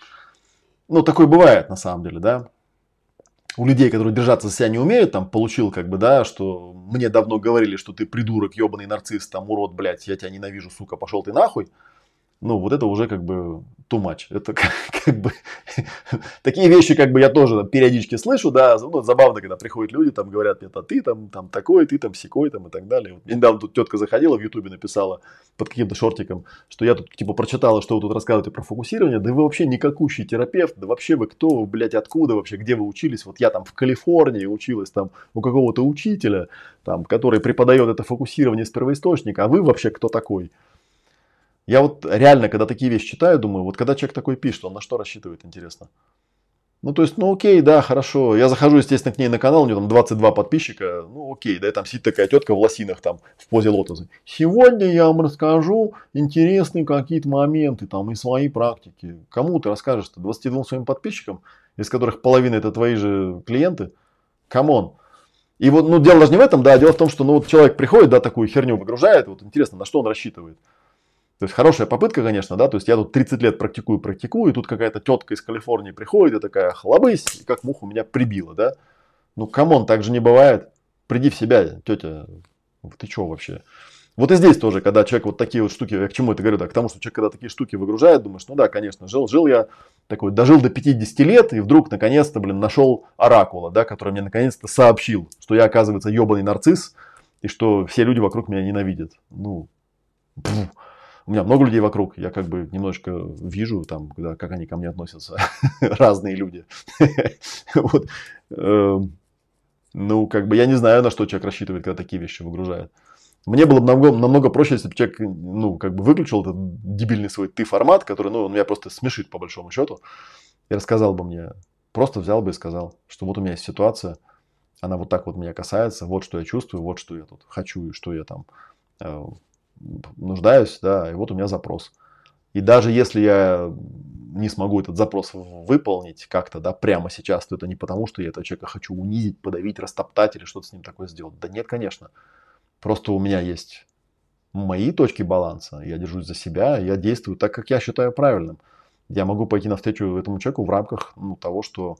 ну, такое бывает на самом деле, да, у людей, которые держаться за себя не умеют, там, получил, как бы, да, что мне давно говорили, что ты придурок, ебаный нарцисс, там, урод, блядь, я тебя ненавижу, сука, пошел ты нахуй. Ну, вот это уже как бы too much. Это как бы такие вещи, как бы я тоже там, периодически слышу, да, ну, забавно, когда приходят люди, там говорят мне, ты там такой, ты там сякой, там и так далее. Вот недавно тут тетка заходила в Ютубе, написала под каким-то шортиком, что я тут типа прочитала, что вы тут рассказываете про фокусирование, да вы вообще никакущий терапевт, да вообще вы кто, вы, блядь, откуда вообще, где вы учились? Вот я там в Калифорнии училась там у какого-то учителя, там, который преподает это фокусирование с первоисточника, а вы вообще кто такой? Я вот реально, когда такие вещи читаю, думаю, вот когда человек такой пишет, он на что рассчитывает, интересно? Ну, то есть, ну окей, да, хорошо. Я захожу, естественно, к ней на канал, у нее там 22 подписчика. Ну окей, да, и там сидит такая тетка в лосинах там в позе лотоса. Сегодня я вам расскажу интересные какие-то моменты там из своей практики. Кому ты расскажешь-то? 22 своим подписчикам, из которых половина это твои же клиенты? Камон. И вот, ну, дело даже не в этом, да, дело в том, что, ну, вот человек приходит, да, такую херню выгружает, вот интересно, на что он рассчитывает. То есть хорошая попытка, конечно, да, то есть я тут 30 лет практикую, и тут какая-то тетка из Калифорнии приходит и такая хлобысь, и как муху меня прибила, да. Ну, камон, так же не бывает. Приди в себя, тетя, ты что вообще? Вот и здесь тоже, когда человек вот такие вот штуки, я к чему это говорю, да, к тому, что человек, когда такие штуки выгружает, думаешь, ну да, конечно, жил я такой, дожил до 50 лет, и вдруг, наконец-то, нашел оракула, да, который мне наконец-то сообщил, что я, оказывается, ебаный нарцисс, и что все люди вокруг меня ненавидят. Ну, у меня много людей вокруг, я как бы немножко вижу, там, как они ко мне относятся, разные люди. Вот. Ну, как бы я не знаю, на что человек рассчитывает, когда такие вещи выгружает. Мне было бы намного проще, если бы человек, ну, как бы выключил этот дебильный свой ты формат, который, ну, он меня просто смешит по большому счету. и рассказал бы мне, просто взял бы и сказал, что вот у меня есть ситуация, она вот так вот меня касается, вот что я чувствую, вот что я тут хочу и что я там э, нуждаюсь, да, и вот у меня запрос. И даже если я не смогу этот запрос выполнить как-то, да, прямо сейчас, то это не потому, что я этого человека хочу унизить, подавить, растоптать или что-то с ним такое сделать. Да нет, конечно. Просто у меня есть мои точки баланса, я держусь за себя, я действую так, как я считаю правильным. Я могу пойти навстречу этому человеку в рамках того, что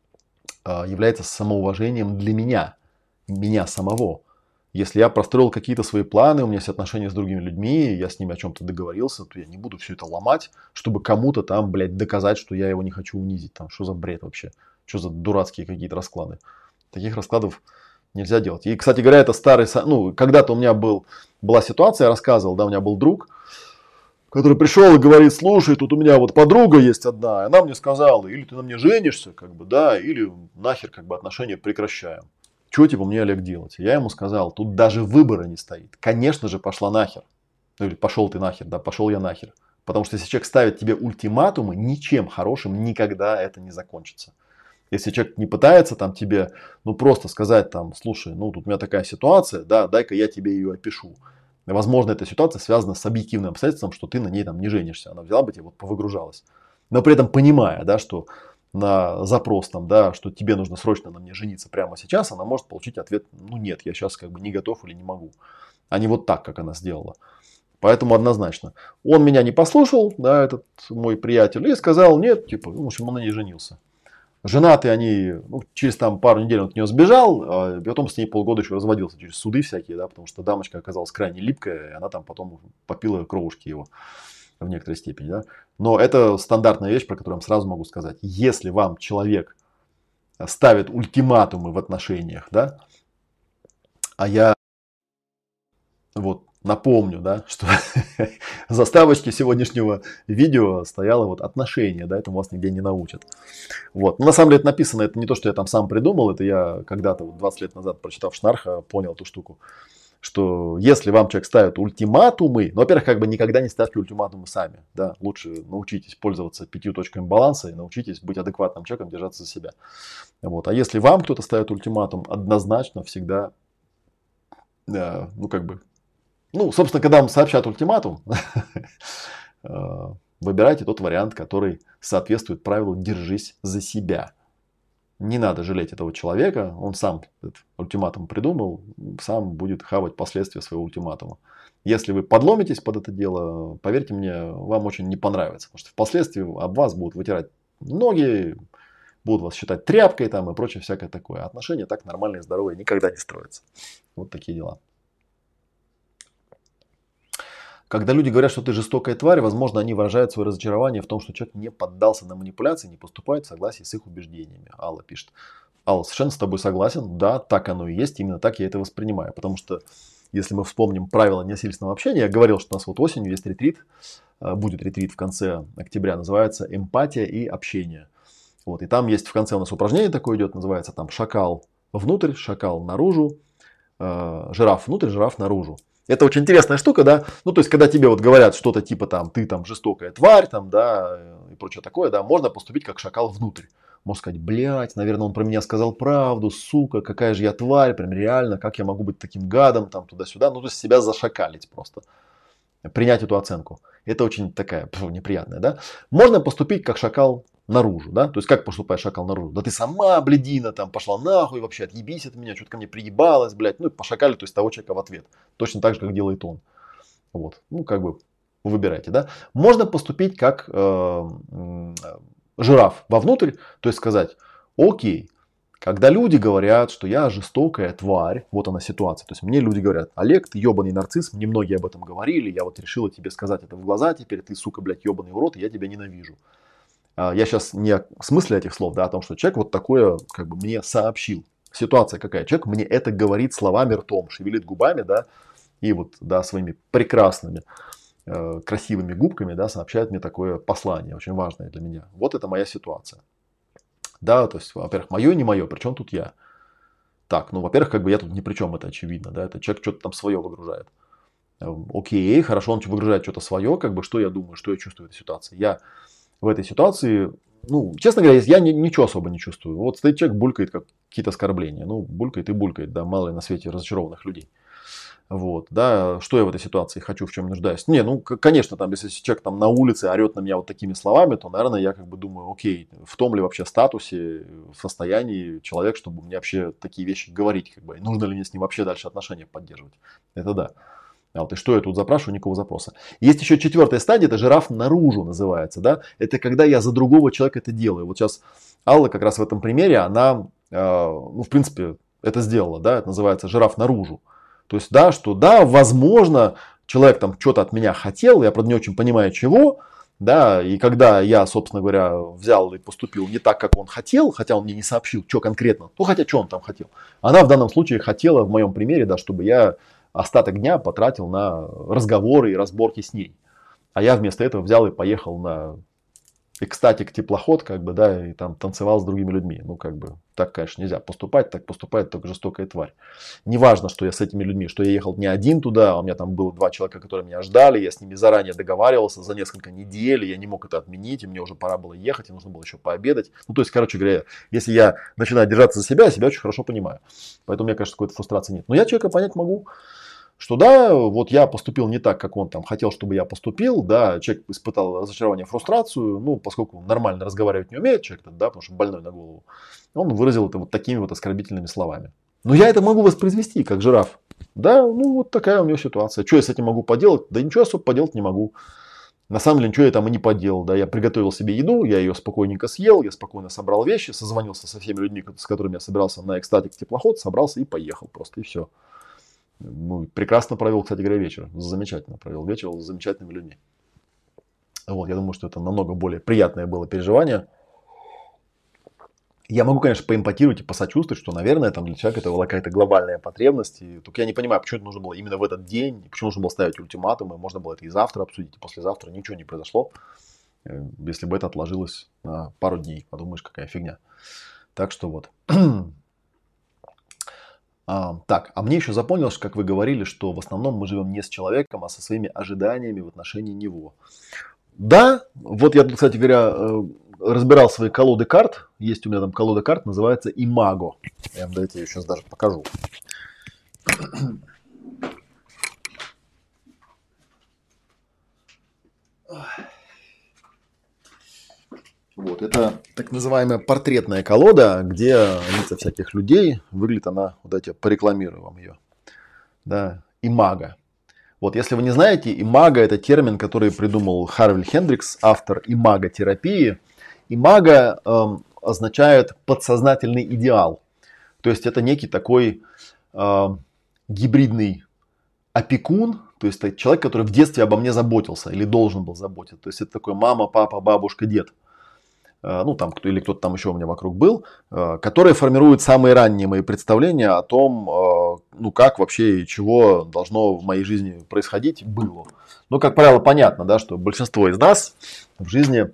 является самоуважением для меня самого. Если я простроил какие-то свои планы, у меня есть отношения с другими людьми, я с ними о чем-то договорился, то я не буду все это ломать, чтобы кому-то там, блядь, доказать, что я его не хочу унизить. Там, что за бред вообще? Что за дурацкие какие-то расклады? Таких раскладов нельзя делать. И, кстати говоря, это старый... Ну, когда-то у меня была ситуация, я рассказывал, да, у меня был друг, который пришел и говорит: слушай, тут у меня вот подруга есть одна, и она мне сказала, или ты на мне женишься, как бы, да, или нахер как бы отношения прекращаем. Что типа мне, Олег, делать? Я ему сказал, тут даже выбора не стоит. Конечно же, пошла нахер. Ну или пошел ты нахер, да, пошел я нахер. Потому что если человек ставит тебе ультиматумы, ничем хорошим никогда это не закончится. Если человек не пытается там тебе, ну просто сказать там: слушай, ну тут у меня такая ситуация, да, дай-ка я тебе ее опишу. Возможно, эта ситуация связана с объективным обстоятельством, что ты на ней там не женишься. Она взяла бы тебе, вот повыгружалась. Но при этом понимая, да, что на запрос там, да, что тебе нужно срочно на мне жениться прямо сейчас, она может получить ответ: ну нет, я сейчас как бы не готов или не могу. А не вот так, как она сделала. Поэтому однозначно. Он меня не послушал, да, этот мой приятель, и сказал: нет, типа, в общем, он на ней женился. Женатые они, ну, через там пару недель он от нее сбежал, а потом с ней полгода еще разводился через суды всякие, да, потому что дамочка оказалась крайне липкая, и она там потом попила кровушки его в некоторой степени, да. Но это стандартная вещь, про которую я сразу могу сказать. Если вам человек ставит ультиматумы в отношениях, да, а я вот напомню, да, что в заставочке сегодняшнего видео стояло вот отношения, да, этому вас нигде не научат. Вот. Но на самом деле это написано, это не то, что я там сам придумал, это я когда-то, вот 20 лет назад, прочитав Шнарха, понял эту штуку, что если вам человек ставит ультиматумы, ну, во-первых, как бы никогда не ставьте ультиматумы сами, да, лучше научитесь пользоваться 5 точками баланса и научитесь быть адекватным человеком, держаться за себя. Вот. А если вам кто-то ставит ультиматум, однозначно всегда, ну, как бы, ну, собственно, когда вам сообщат ультиматум, выбирайте тот вариант, который соответствует правилу «держись за себя». Не надо жалеть этого человека, он сам этот ультиматум придумал, сам будет хавать последствия своего ультиматума. Если вы подломитесь под это дело, поверьте мне, вам очень не понравится, потому что впоследствии об вас будут вытирать ноги, будут вас считать тряпкой там и прочее всякое такое. Отношения так нормальные, здоровые никогда не строятся. Вот такие дела. Когда люди говорят, что ты жестокая тварь, возможно, они выражают свое разочарование в том, что человек не поддался на манипуляции, не поступает в согласии с их убеждениями. Алла пишет. Алла, совершенно с тобой согласен. Да, так оно и есть. Именно так я это воспринимаю. Потому что, если мы вспомним правила ненасильственного общения, я говорил, что у нас вот осенью есть ретрит, будет ретрит в конце октября, называется «Эмпатия и общение». Вот, и там есть в конце у нас упражнение такое идет, называется там «Шакал внутрь, шакал наружу, жираф внутрь, жираф наружу». Это очень интересная штука, да. Ну, то есть, когда тебе вот говорят что-то типа там, ты там жестокая тварь, там, да, и прочее такое, да, можно поступить как шакал внутрь. Можно сказать: блядь, наверное, он про меня сказал правду, сука, какая же я тварь, прям реально, как я могу быть таким гадом, там, туда-сюда. Ну, то есть, себя зашакалить просто. Принять эту оценку. Это очень такая неприятная, да. Можно поступить как шакал наружу, да, то есть как поступает шакал наружу? Да ты сама, блядина, там пошла нахуй вообще, отъебись от меня, что-то ко мне приебалась, блядь, ну и пошакали, то есть того человека в ответ, точно так же, как делает он. Вот, ну как бы вы выбирайте, да. Можно поступить как жираф вовнутрь, то есть сказать: окей, когда люди говорят, что я жестокая тварь, вот она ситуация. То есть мне люди говорят: Олег, ты ебаный нарцисс, мне многие об этом говорили, я вот решила тебе сказать это в глаза теперь, ты, сука, блядь, ебаный урод, и я тебя ненавижу. Я сейчас не о смысле этих слов, да, о том, что человек вот такое как бы мне сообщил. Ситуация какая? Человек мне это говорит словами ртом, шевелит губами, да, и вот, да, своими прекрасными, красивыми губками, да, сообщает мне такое послание, очень важное для меня. Вот это моя ситуация. Да, то есть, во-первых, мое, не мое, причем тут я. Так, ну, во-первых, как бы я тут ни при чем, это очевидно, да, это человек что-то там свое выгружает. Окей, хорошо, он выгружает что-то свое, как бы, что я думаю, что я чувствую в этой ситуации. Я в этой ситуации ну, честно говоря, я ничего особо не чувствую. Вот стоит человек, булькает как какие-то оскорбления. Ну, булькает и булькает, да, мало ли на свете разочарованных людей. Вот, да, что я в этой ситуации хочу, в чем нуждаюсь. Не, ну, конечно, там, если человек там на улице орет на меня вот такими словами, то, наверное, я как бы думаю, окей, в том ли вообще статусе, в состоянии человек, чтобы мне вообще такие вещи говорить, как бы, и нужно ли мне с ним вообще дальше отношения поддерживать. Это да. А вот и что я тут запрашиваю, никакого запроса. Есть еще четвертая стадия, это жираф наружу называется, да. Это когда я за другого человека это делаю. Вот сейчас Алла как раз в этом примере, она, ну, в принципе, это сделала, да, это называется жираф наружу. То есть, да, что, да, возможно, человек там что-то от меня хотел, я, правда, не очень понимаю, чего, да, и когда я, собственно говоря, взял и поступил не так, как он хотел, хотя он мне не сообщил, что конкретно, ну, хотя, что он там хотел. Она в данном случае хотела, в моем примере, да, чтобы я остаток дня потратил на разговоры и разборки с ней. А я вместо этого взял и поехал на экстатик теплоход, как бы, да, и там танцевал с другими людьми. Ну, как бы, так, конечно, нельзя поступать, так поступает только жестокая тварь. Неважно, что я с этими людьми, что я ехал не один туда, у меня там было 2 человека, которые меня ждали, я с ними заранее договаривался за несколько недель, я не мог это отменить, и мне уже пора было ехать, и нужно было еще пообедать. Ну, то есть, короче говоря, если я начинаю держаться за себя, я себя очень хорошо понимаю. Поэтому, мне кажется, какой-то фрустрации нет. Но я человека понять могу. Что да, вот я поступил не так, как он там хотел, чтобы я поступил, да, человек испытал разочарование, фрустрацию, ну, поскольку нормально разговаривать не умеет человек, да, потому что больной на голову, он выразил это вот такими вот оскорбительными словами. Но я это могу воспроизвести, как жираф. Да, ну, вот такая у меня ситуация. Что я с этим могу поделать? Да ничего особо поделать не могу. На самом деле, ничего я там и не поделал. Да, я приготовил себе еду, я ее спокойненько съел, я спокойно собрал вещи, созвонился со всеми людьми, с которыми я собирался на экстатик теплоход, собрался и поехал просто, и все. Ну, прекрасно провел, кстати говоря, вечер. Замечательно провел вечер с замечательными людьми. Вот, я думаю, что это намного более приятное было переживание. Я могу, конечно, поэмпатировать и посочувствовать, что, наверное, там для человека это была какая-то глобальная потребность. И только я не понимаю, почему это нужно было именно в этот день, почему нужно было ставить ультиматумы. Можно было это и завтра обсудить, и послезавтра. Ничего не произошло, если бы это отложилось на пару дней. Подумаешь, какая фигня. Так что вот. Так, а мне еще запомнилось, как вы говорили, что в основном мы живем не с человеком, а со своими ожиданиями в отношении него. Да, вот я тут, кстати говоря, разбирал свои колоды карт. Есть у меня там колода карт, называется Имаго. Я вам давайте ее сейчас даже покажу. Вот, это так называемая портретная колода, где лица всяких людей. Выглядит она, вот я порекламирую вам ее. Да, Имаго. Вот, если вы не знаете, имаго – это термин, который придумал Харви Хендрикс, автор имаготерапии. Имаго означает подсознательный идеал. То есть это некий такой гибридный опекун, то есть это человек, который в детстве обо мне заботился или должен был заботиться. То есть это такой мама, папа, бабушка, дед. Ну, там, или кто-то там еще у меня вокруг был, которые формируют самые ранние мои представления о том, ну, как вообще и чего должно в моей жизни происходить было. Ну, как правило, понятно, да, что большинство из нас в жизни,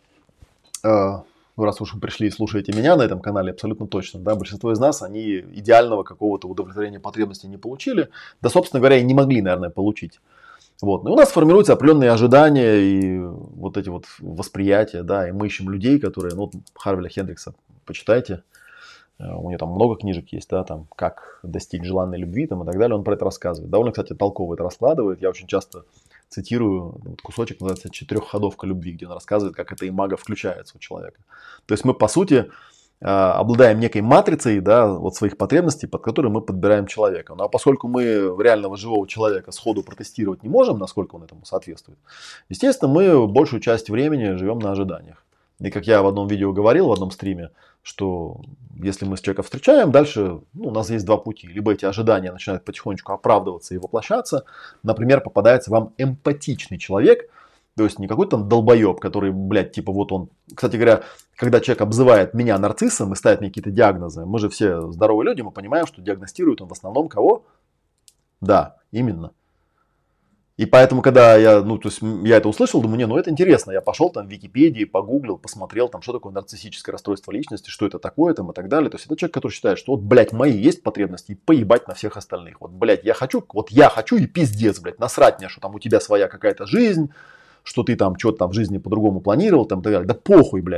ну, раз уж вы пришли и слушаете меня на этом канале, абсолютно точно, да, большинство из нас, они идеального какого-то удовлетворения потребностей не получили, да, собственно говоря, и не могли, наверное, получить. Вот. И у нас формируются определенные ожидания и вот эти вот восприятия, да, и мы ищем людей, которые, ну, Харви Хендрикса почитайте, у него там много книжек есть, да, там, как достичь желанной любви, там, и так далее, он про это рассказывает. Довольно, кстати, толково это раскладывает, я очень часто цитирую вот кусочек, называется «Четырехходовка любви», где он рассказывает, как это имаго включается у человека. То есть мы, по сути, обладаем некой матрицей, да, вот своих потребностей, под которые мы подбираем человека. Ну а поскольку мы реального живого человека сходу протестировать не можем, насколько он этому соответствует, естественно, мы большую часть времени живем на ожиданиях. И как я в одном видео говорил, в одном стриме, что если мы с человеком встречаем, дальше у нас есть 2 пути. Либо эти ожидания начинают потихонечку оправдываться и воплощаться. Например, попадается вам эмпатичный человек, то есть не какой-то там долбоеб, который, блядь, типа вот он. Кстати говоря, когда человек обзывает меня нарциссом и ставит мне какие-то диагнозы, мы же все здоровые люди, мы понимаем, что диагностирует он в основном кого? Да, именно. И поэтому, когда я, ну, то есть я это услышал, думаю, не, ну это интересно. Я пошел там в Википедии, погуглил, посмотрел, там, что такое нарциссическое расстройство личности, что это такое, там, и так далее. То есть это человек, который считает, что вот, блядь, мои есть потребности и поебать на всех остальных. Вот, блядь, я хочу и пиздец, блядь, насрать мне, что там у тебя своя какая-то жизнь, что ты там что-то там в жизни по-другому планировал, там, и так далее. Да похуй, блядь.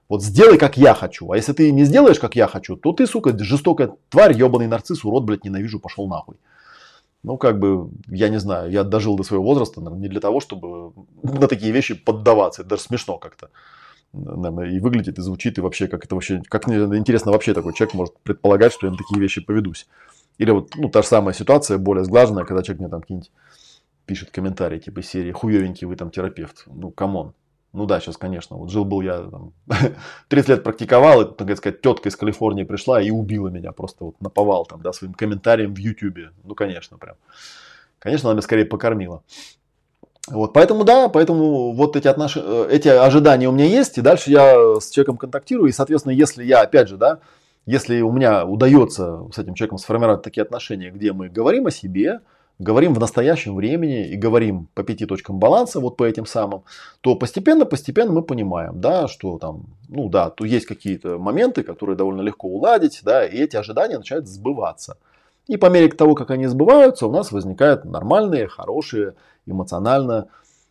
Вот сделай, как я хочу. А если ты не сделаешь, как я хочу, то ты, сука, жестокая тварь, ебаный нарцисс, урод, блядь, ненавижу, пошел нахуй. Ну, как бы, я не знаю, я дожил до своего возраста, наверное, не для того, чтобы на такие вещи поддаваться. Это даже смешно как-то. Наверное, и выглядит, и звучит, и вообще, как это вообще, как интересно вообще такой человек может предполагать, что я на такие вещи поведусь. Или вот, ну, та же самая ситуация, более сглаженная, когда человек мне там какие-нибудь пишет комментарии, типа серии «Хуевенький вы там терапевт». Ну, камон. Ну да, сейчас, конечно. Вот жил-был я, там, 30 лет практиковал, и, так сказать, тетка из Калифорнии пришла и убила меня просто вот наповал там, да, своим комментарием в Ютубе. Ну, конечно, прям. Конечно, она меня скорее покормила. Вот, поэтому да, поэтому вот эти ожидания у меня есть, и дальше я с человеком контактирую, и, соответственно, если я, опять же, да, если у меня удается с этим человеком сформировать такие отношения, где мы говорим о себе, говорим в настоящем времени и говорим по 5 точкам баланса, вот по этим самым, то постепенно мы понимаем, да, что там, ну да, тут есть какие-то моменты, которые довольно легко уладить, да, и эти ожидания начинают сбываться. И по мере того, как они сбываются, у нас возникают нормальные, хорошие, эмоционально,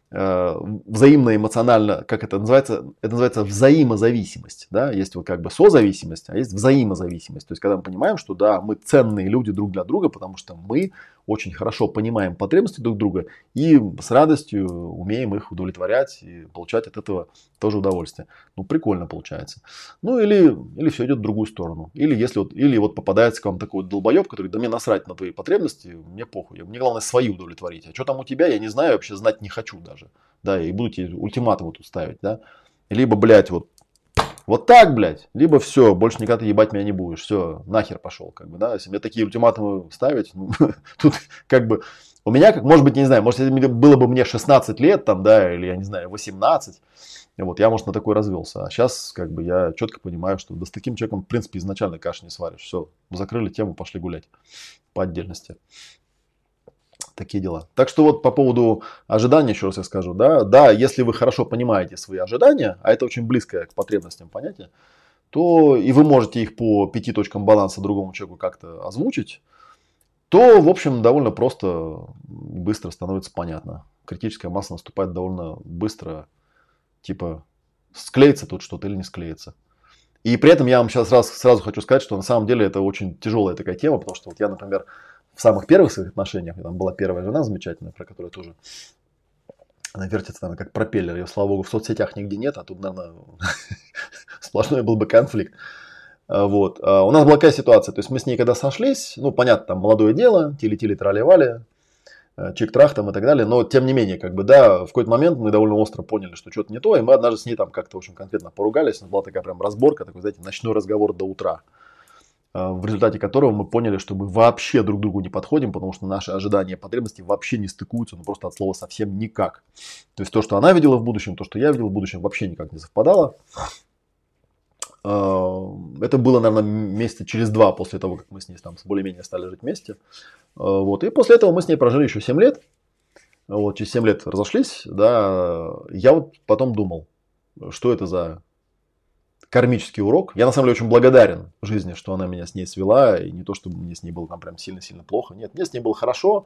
взаимно эмоционально, как это называется? Это называется взаимозависимость. Да? Есть вот как бы созависимость, а есть взаимозависимость. То есть, когда мы понимаем, что да, мы ценные люди друг для друга, потому что мы очень хорошо понимаем потребности друг друга и с радостью умеем их удовлетворять и получать от этого тоже удовольствие. Ну, прикольно получается. Ну, или все идет в другую сторону. Или вот попадается к вам такой вот долбоеб, который, да мне насрать на твои потребности, мне похуй. Мне главное свои удовлетворить. А что там у тебя, я не знаю, вообще знать не хочу даже. Да, и буду тебе ультиматум тут ставить, да. Либо, блядь, вот так, блядь, либо все, больше никогда ты ебать меня не будешь, все, нахер пошел, как бы, да, если мне такие ультиматумы ставить, ну, тут как бы, у меня, как, может быть, не знаю, может, если было бы мне 16 лет, там, да, или, я не знаю, 18, вот, я, может, на такой развелся, а сейчас, как бы, я четко понимаю, что да с таким человеком, в принципе, изначально каши не сваришь, все, закрыли тему, пошли гулять по отдельности. Такие дела. Так что вот по поводу ожиданий, еще раз я скажу, да, если вы хорошо понимаете свои ожидания, а это очень близкое к потребностям понятие, то и вы можете их по 5 точкам баланса другому человеку как-то озвучить, то, в общем, довольно просто, быстро становится понятно. Критическая масса наступает довольно быстро, типа, склеится тут что-то или не склеится. И при этом я вам сейчас сразу хочу сказать, что на самом деле это очень тяжелая такая тема, потому что вот я, например, в самых первых своих отношениях, там была первая жена замечательная, про которую тоже, она вертится, наверное, как пропеллер. Ее, слава богу, в соцсетях нигде нет, а тут, наверное, сплошной был бы конфликт. Вот. У нас была какая ситуация, то есть мы с ней когда сошлись, ну, понятно, там молодое дело, тили-тили, трали-вали, чик-трах там и так далее, но тем не менее, как бы, да, в какой-то момент мы довольно остро поняли, что что-то не то, и мы однажды с ней там как-то очень конкретно поругались, у нас была такая прям разборка, такой, знаете, ночной разговор до утра, в результате которого мы поняли, что мы вообще друг другу не подходим, потому что наши ожидания и потребности вообще не стыкуются, ну просто от слова совсем никак. То есть то, что она видела в будущем, то, что я видел в будущем, вообще никак не совпадало. Это было, наверное, месяца через 2 после того, как мы с ней там более-менее стали жить вместе. Вот. И после этого мы с ней прожили еще 7 лет. Вот, через 7 лет разошлись. Да. Я вот потом думал, что это за кармический урок. Я на самом деле очень благодарен жизни, что она меня с ней свела. И не то, чтобы мне с ней было там прям сильно-сильно плохо. Нет, мне с ней было хорошо.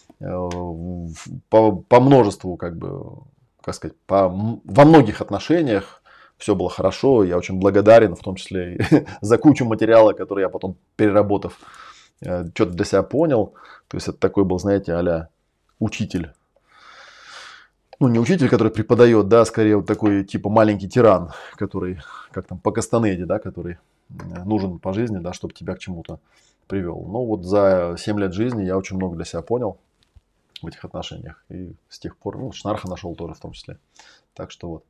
По множеству, как бы, как сказать, во многих отношениях все было хорошо. Я очень благодарен, в том числе и за кучу материала, который я потом, переработав, что-то для себя понял. То есть это такой был, знаете, а-ля учитель. Ну, не учитель, который преподает, да, скорее вот такой типа маленький тиран, который, как там, по Кастанеде, да, который нужен по жизни, да, чтобы тебя к чему-то привел. Но вот за 7 лет жизни я очень много для себя понял в этих отношениях. И с тех пор, ну, шнарха нашел тоже в том числе. Так что вот.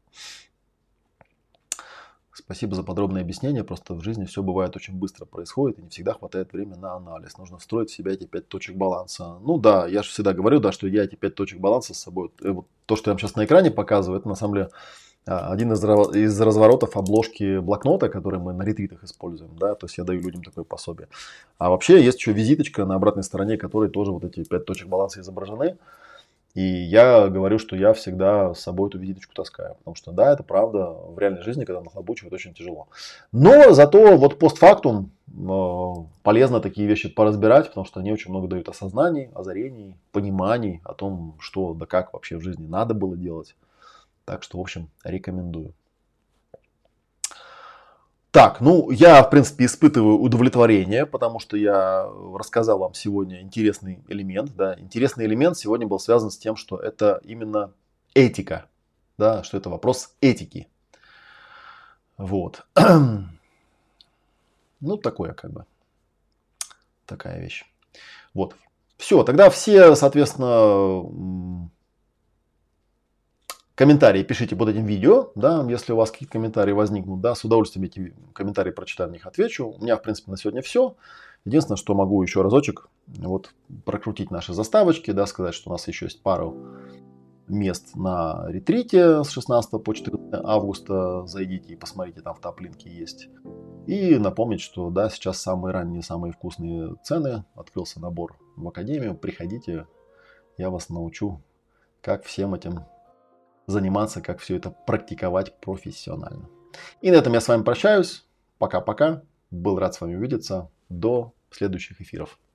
Спасибо за подробное объяснение. Просто в жизни все бывает очень быстро происходит, и не всегда хватает времени на анализ. Нужно встроить в себя эти 5 точек баланса. Ну да, я же всегда говорю, да, что я эти 5 точек баланса с собой. Вот то, что я вам сейчас на экране показываю, это на самом деле один из разворотов обложки блокнота, который мы на ретритах используем. Да, то есть я даю людям такое пособие. А вообще есть еще визиточка на обратной стороне, которой тоже вот эти 5 точек баланса изображены. И я говорю, что я всегда с собой эту визиточку таскаю. Потому что, да, это правда, в реальной жизни, когда нахлобучивают, очень тяжело. Но зато вот постфактум полезно такие вещи поразбирать, потому что они очень много дают осознаний, озарений, пониманий о том, что да как вообще в жизни надо было делать. Так что, в общем, рекомендую. Так, ну, я, в принципе, испытываю удовлетворение, потому что я рассказал вам сегодня интересный элемент. Да. Интересный элемент сегодня был связан с тем, что это именно этика, да, что это вопрос этики. Вот. Ну, такое как бы, такая вещь. Вот. Все, тогда все, соответственно, комментарии пишите под этим видео, да, если у вас какие-то комментарии возникнут, да, с удовольствием эти комментарии прочитаю, на них отвечу. У меня, в принципе, на сегодня все. Единственное, что могу еще разочек вот прокрутить наши заставочки, да, сказать, что у нас еще есть пару мест на ретрите с 16 по 14 августа. Зайдите и посмотрите, там в топ-линке есть. И напомнить, что, да, сейчас самые ранние, самые вкусные цены. Открылся набор в Академию. Приходите, я вас научу, как всем этим заниматься, как все это практиковать профессионально. И на этом я с вами прощаюсь. Пока-пока. Был рад с вами увидеться. До следующих эфиров.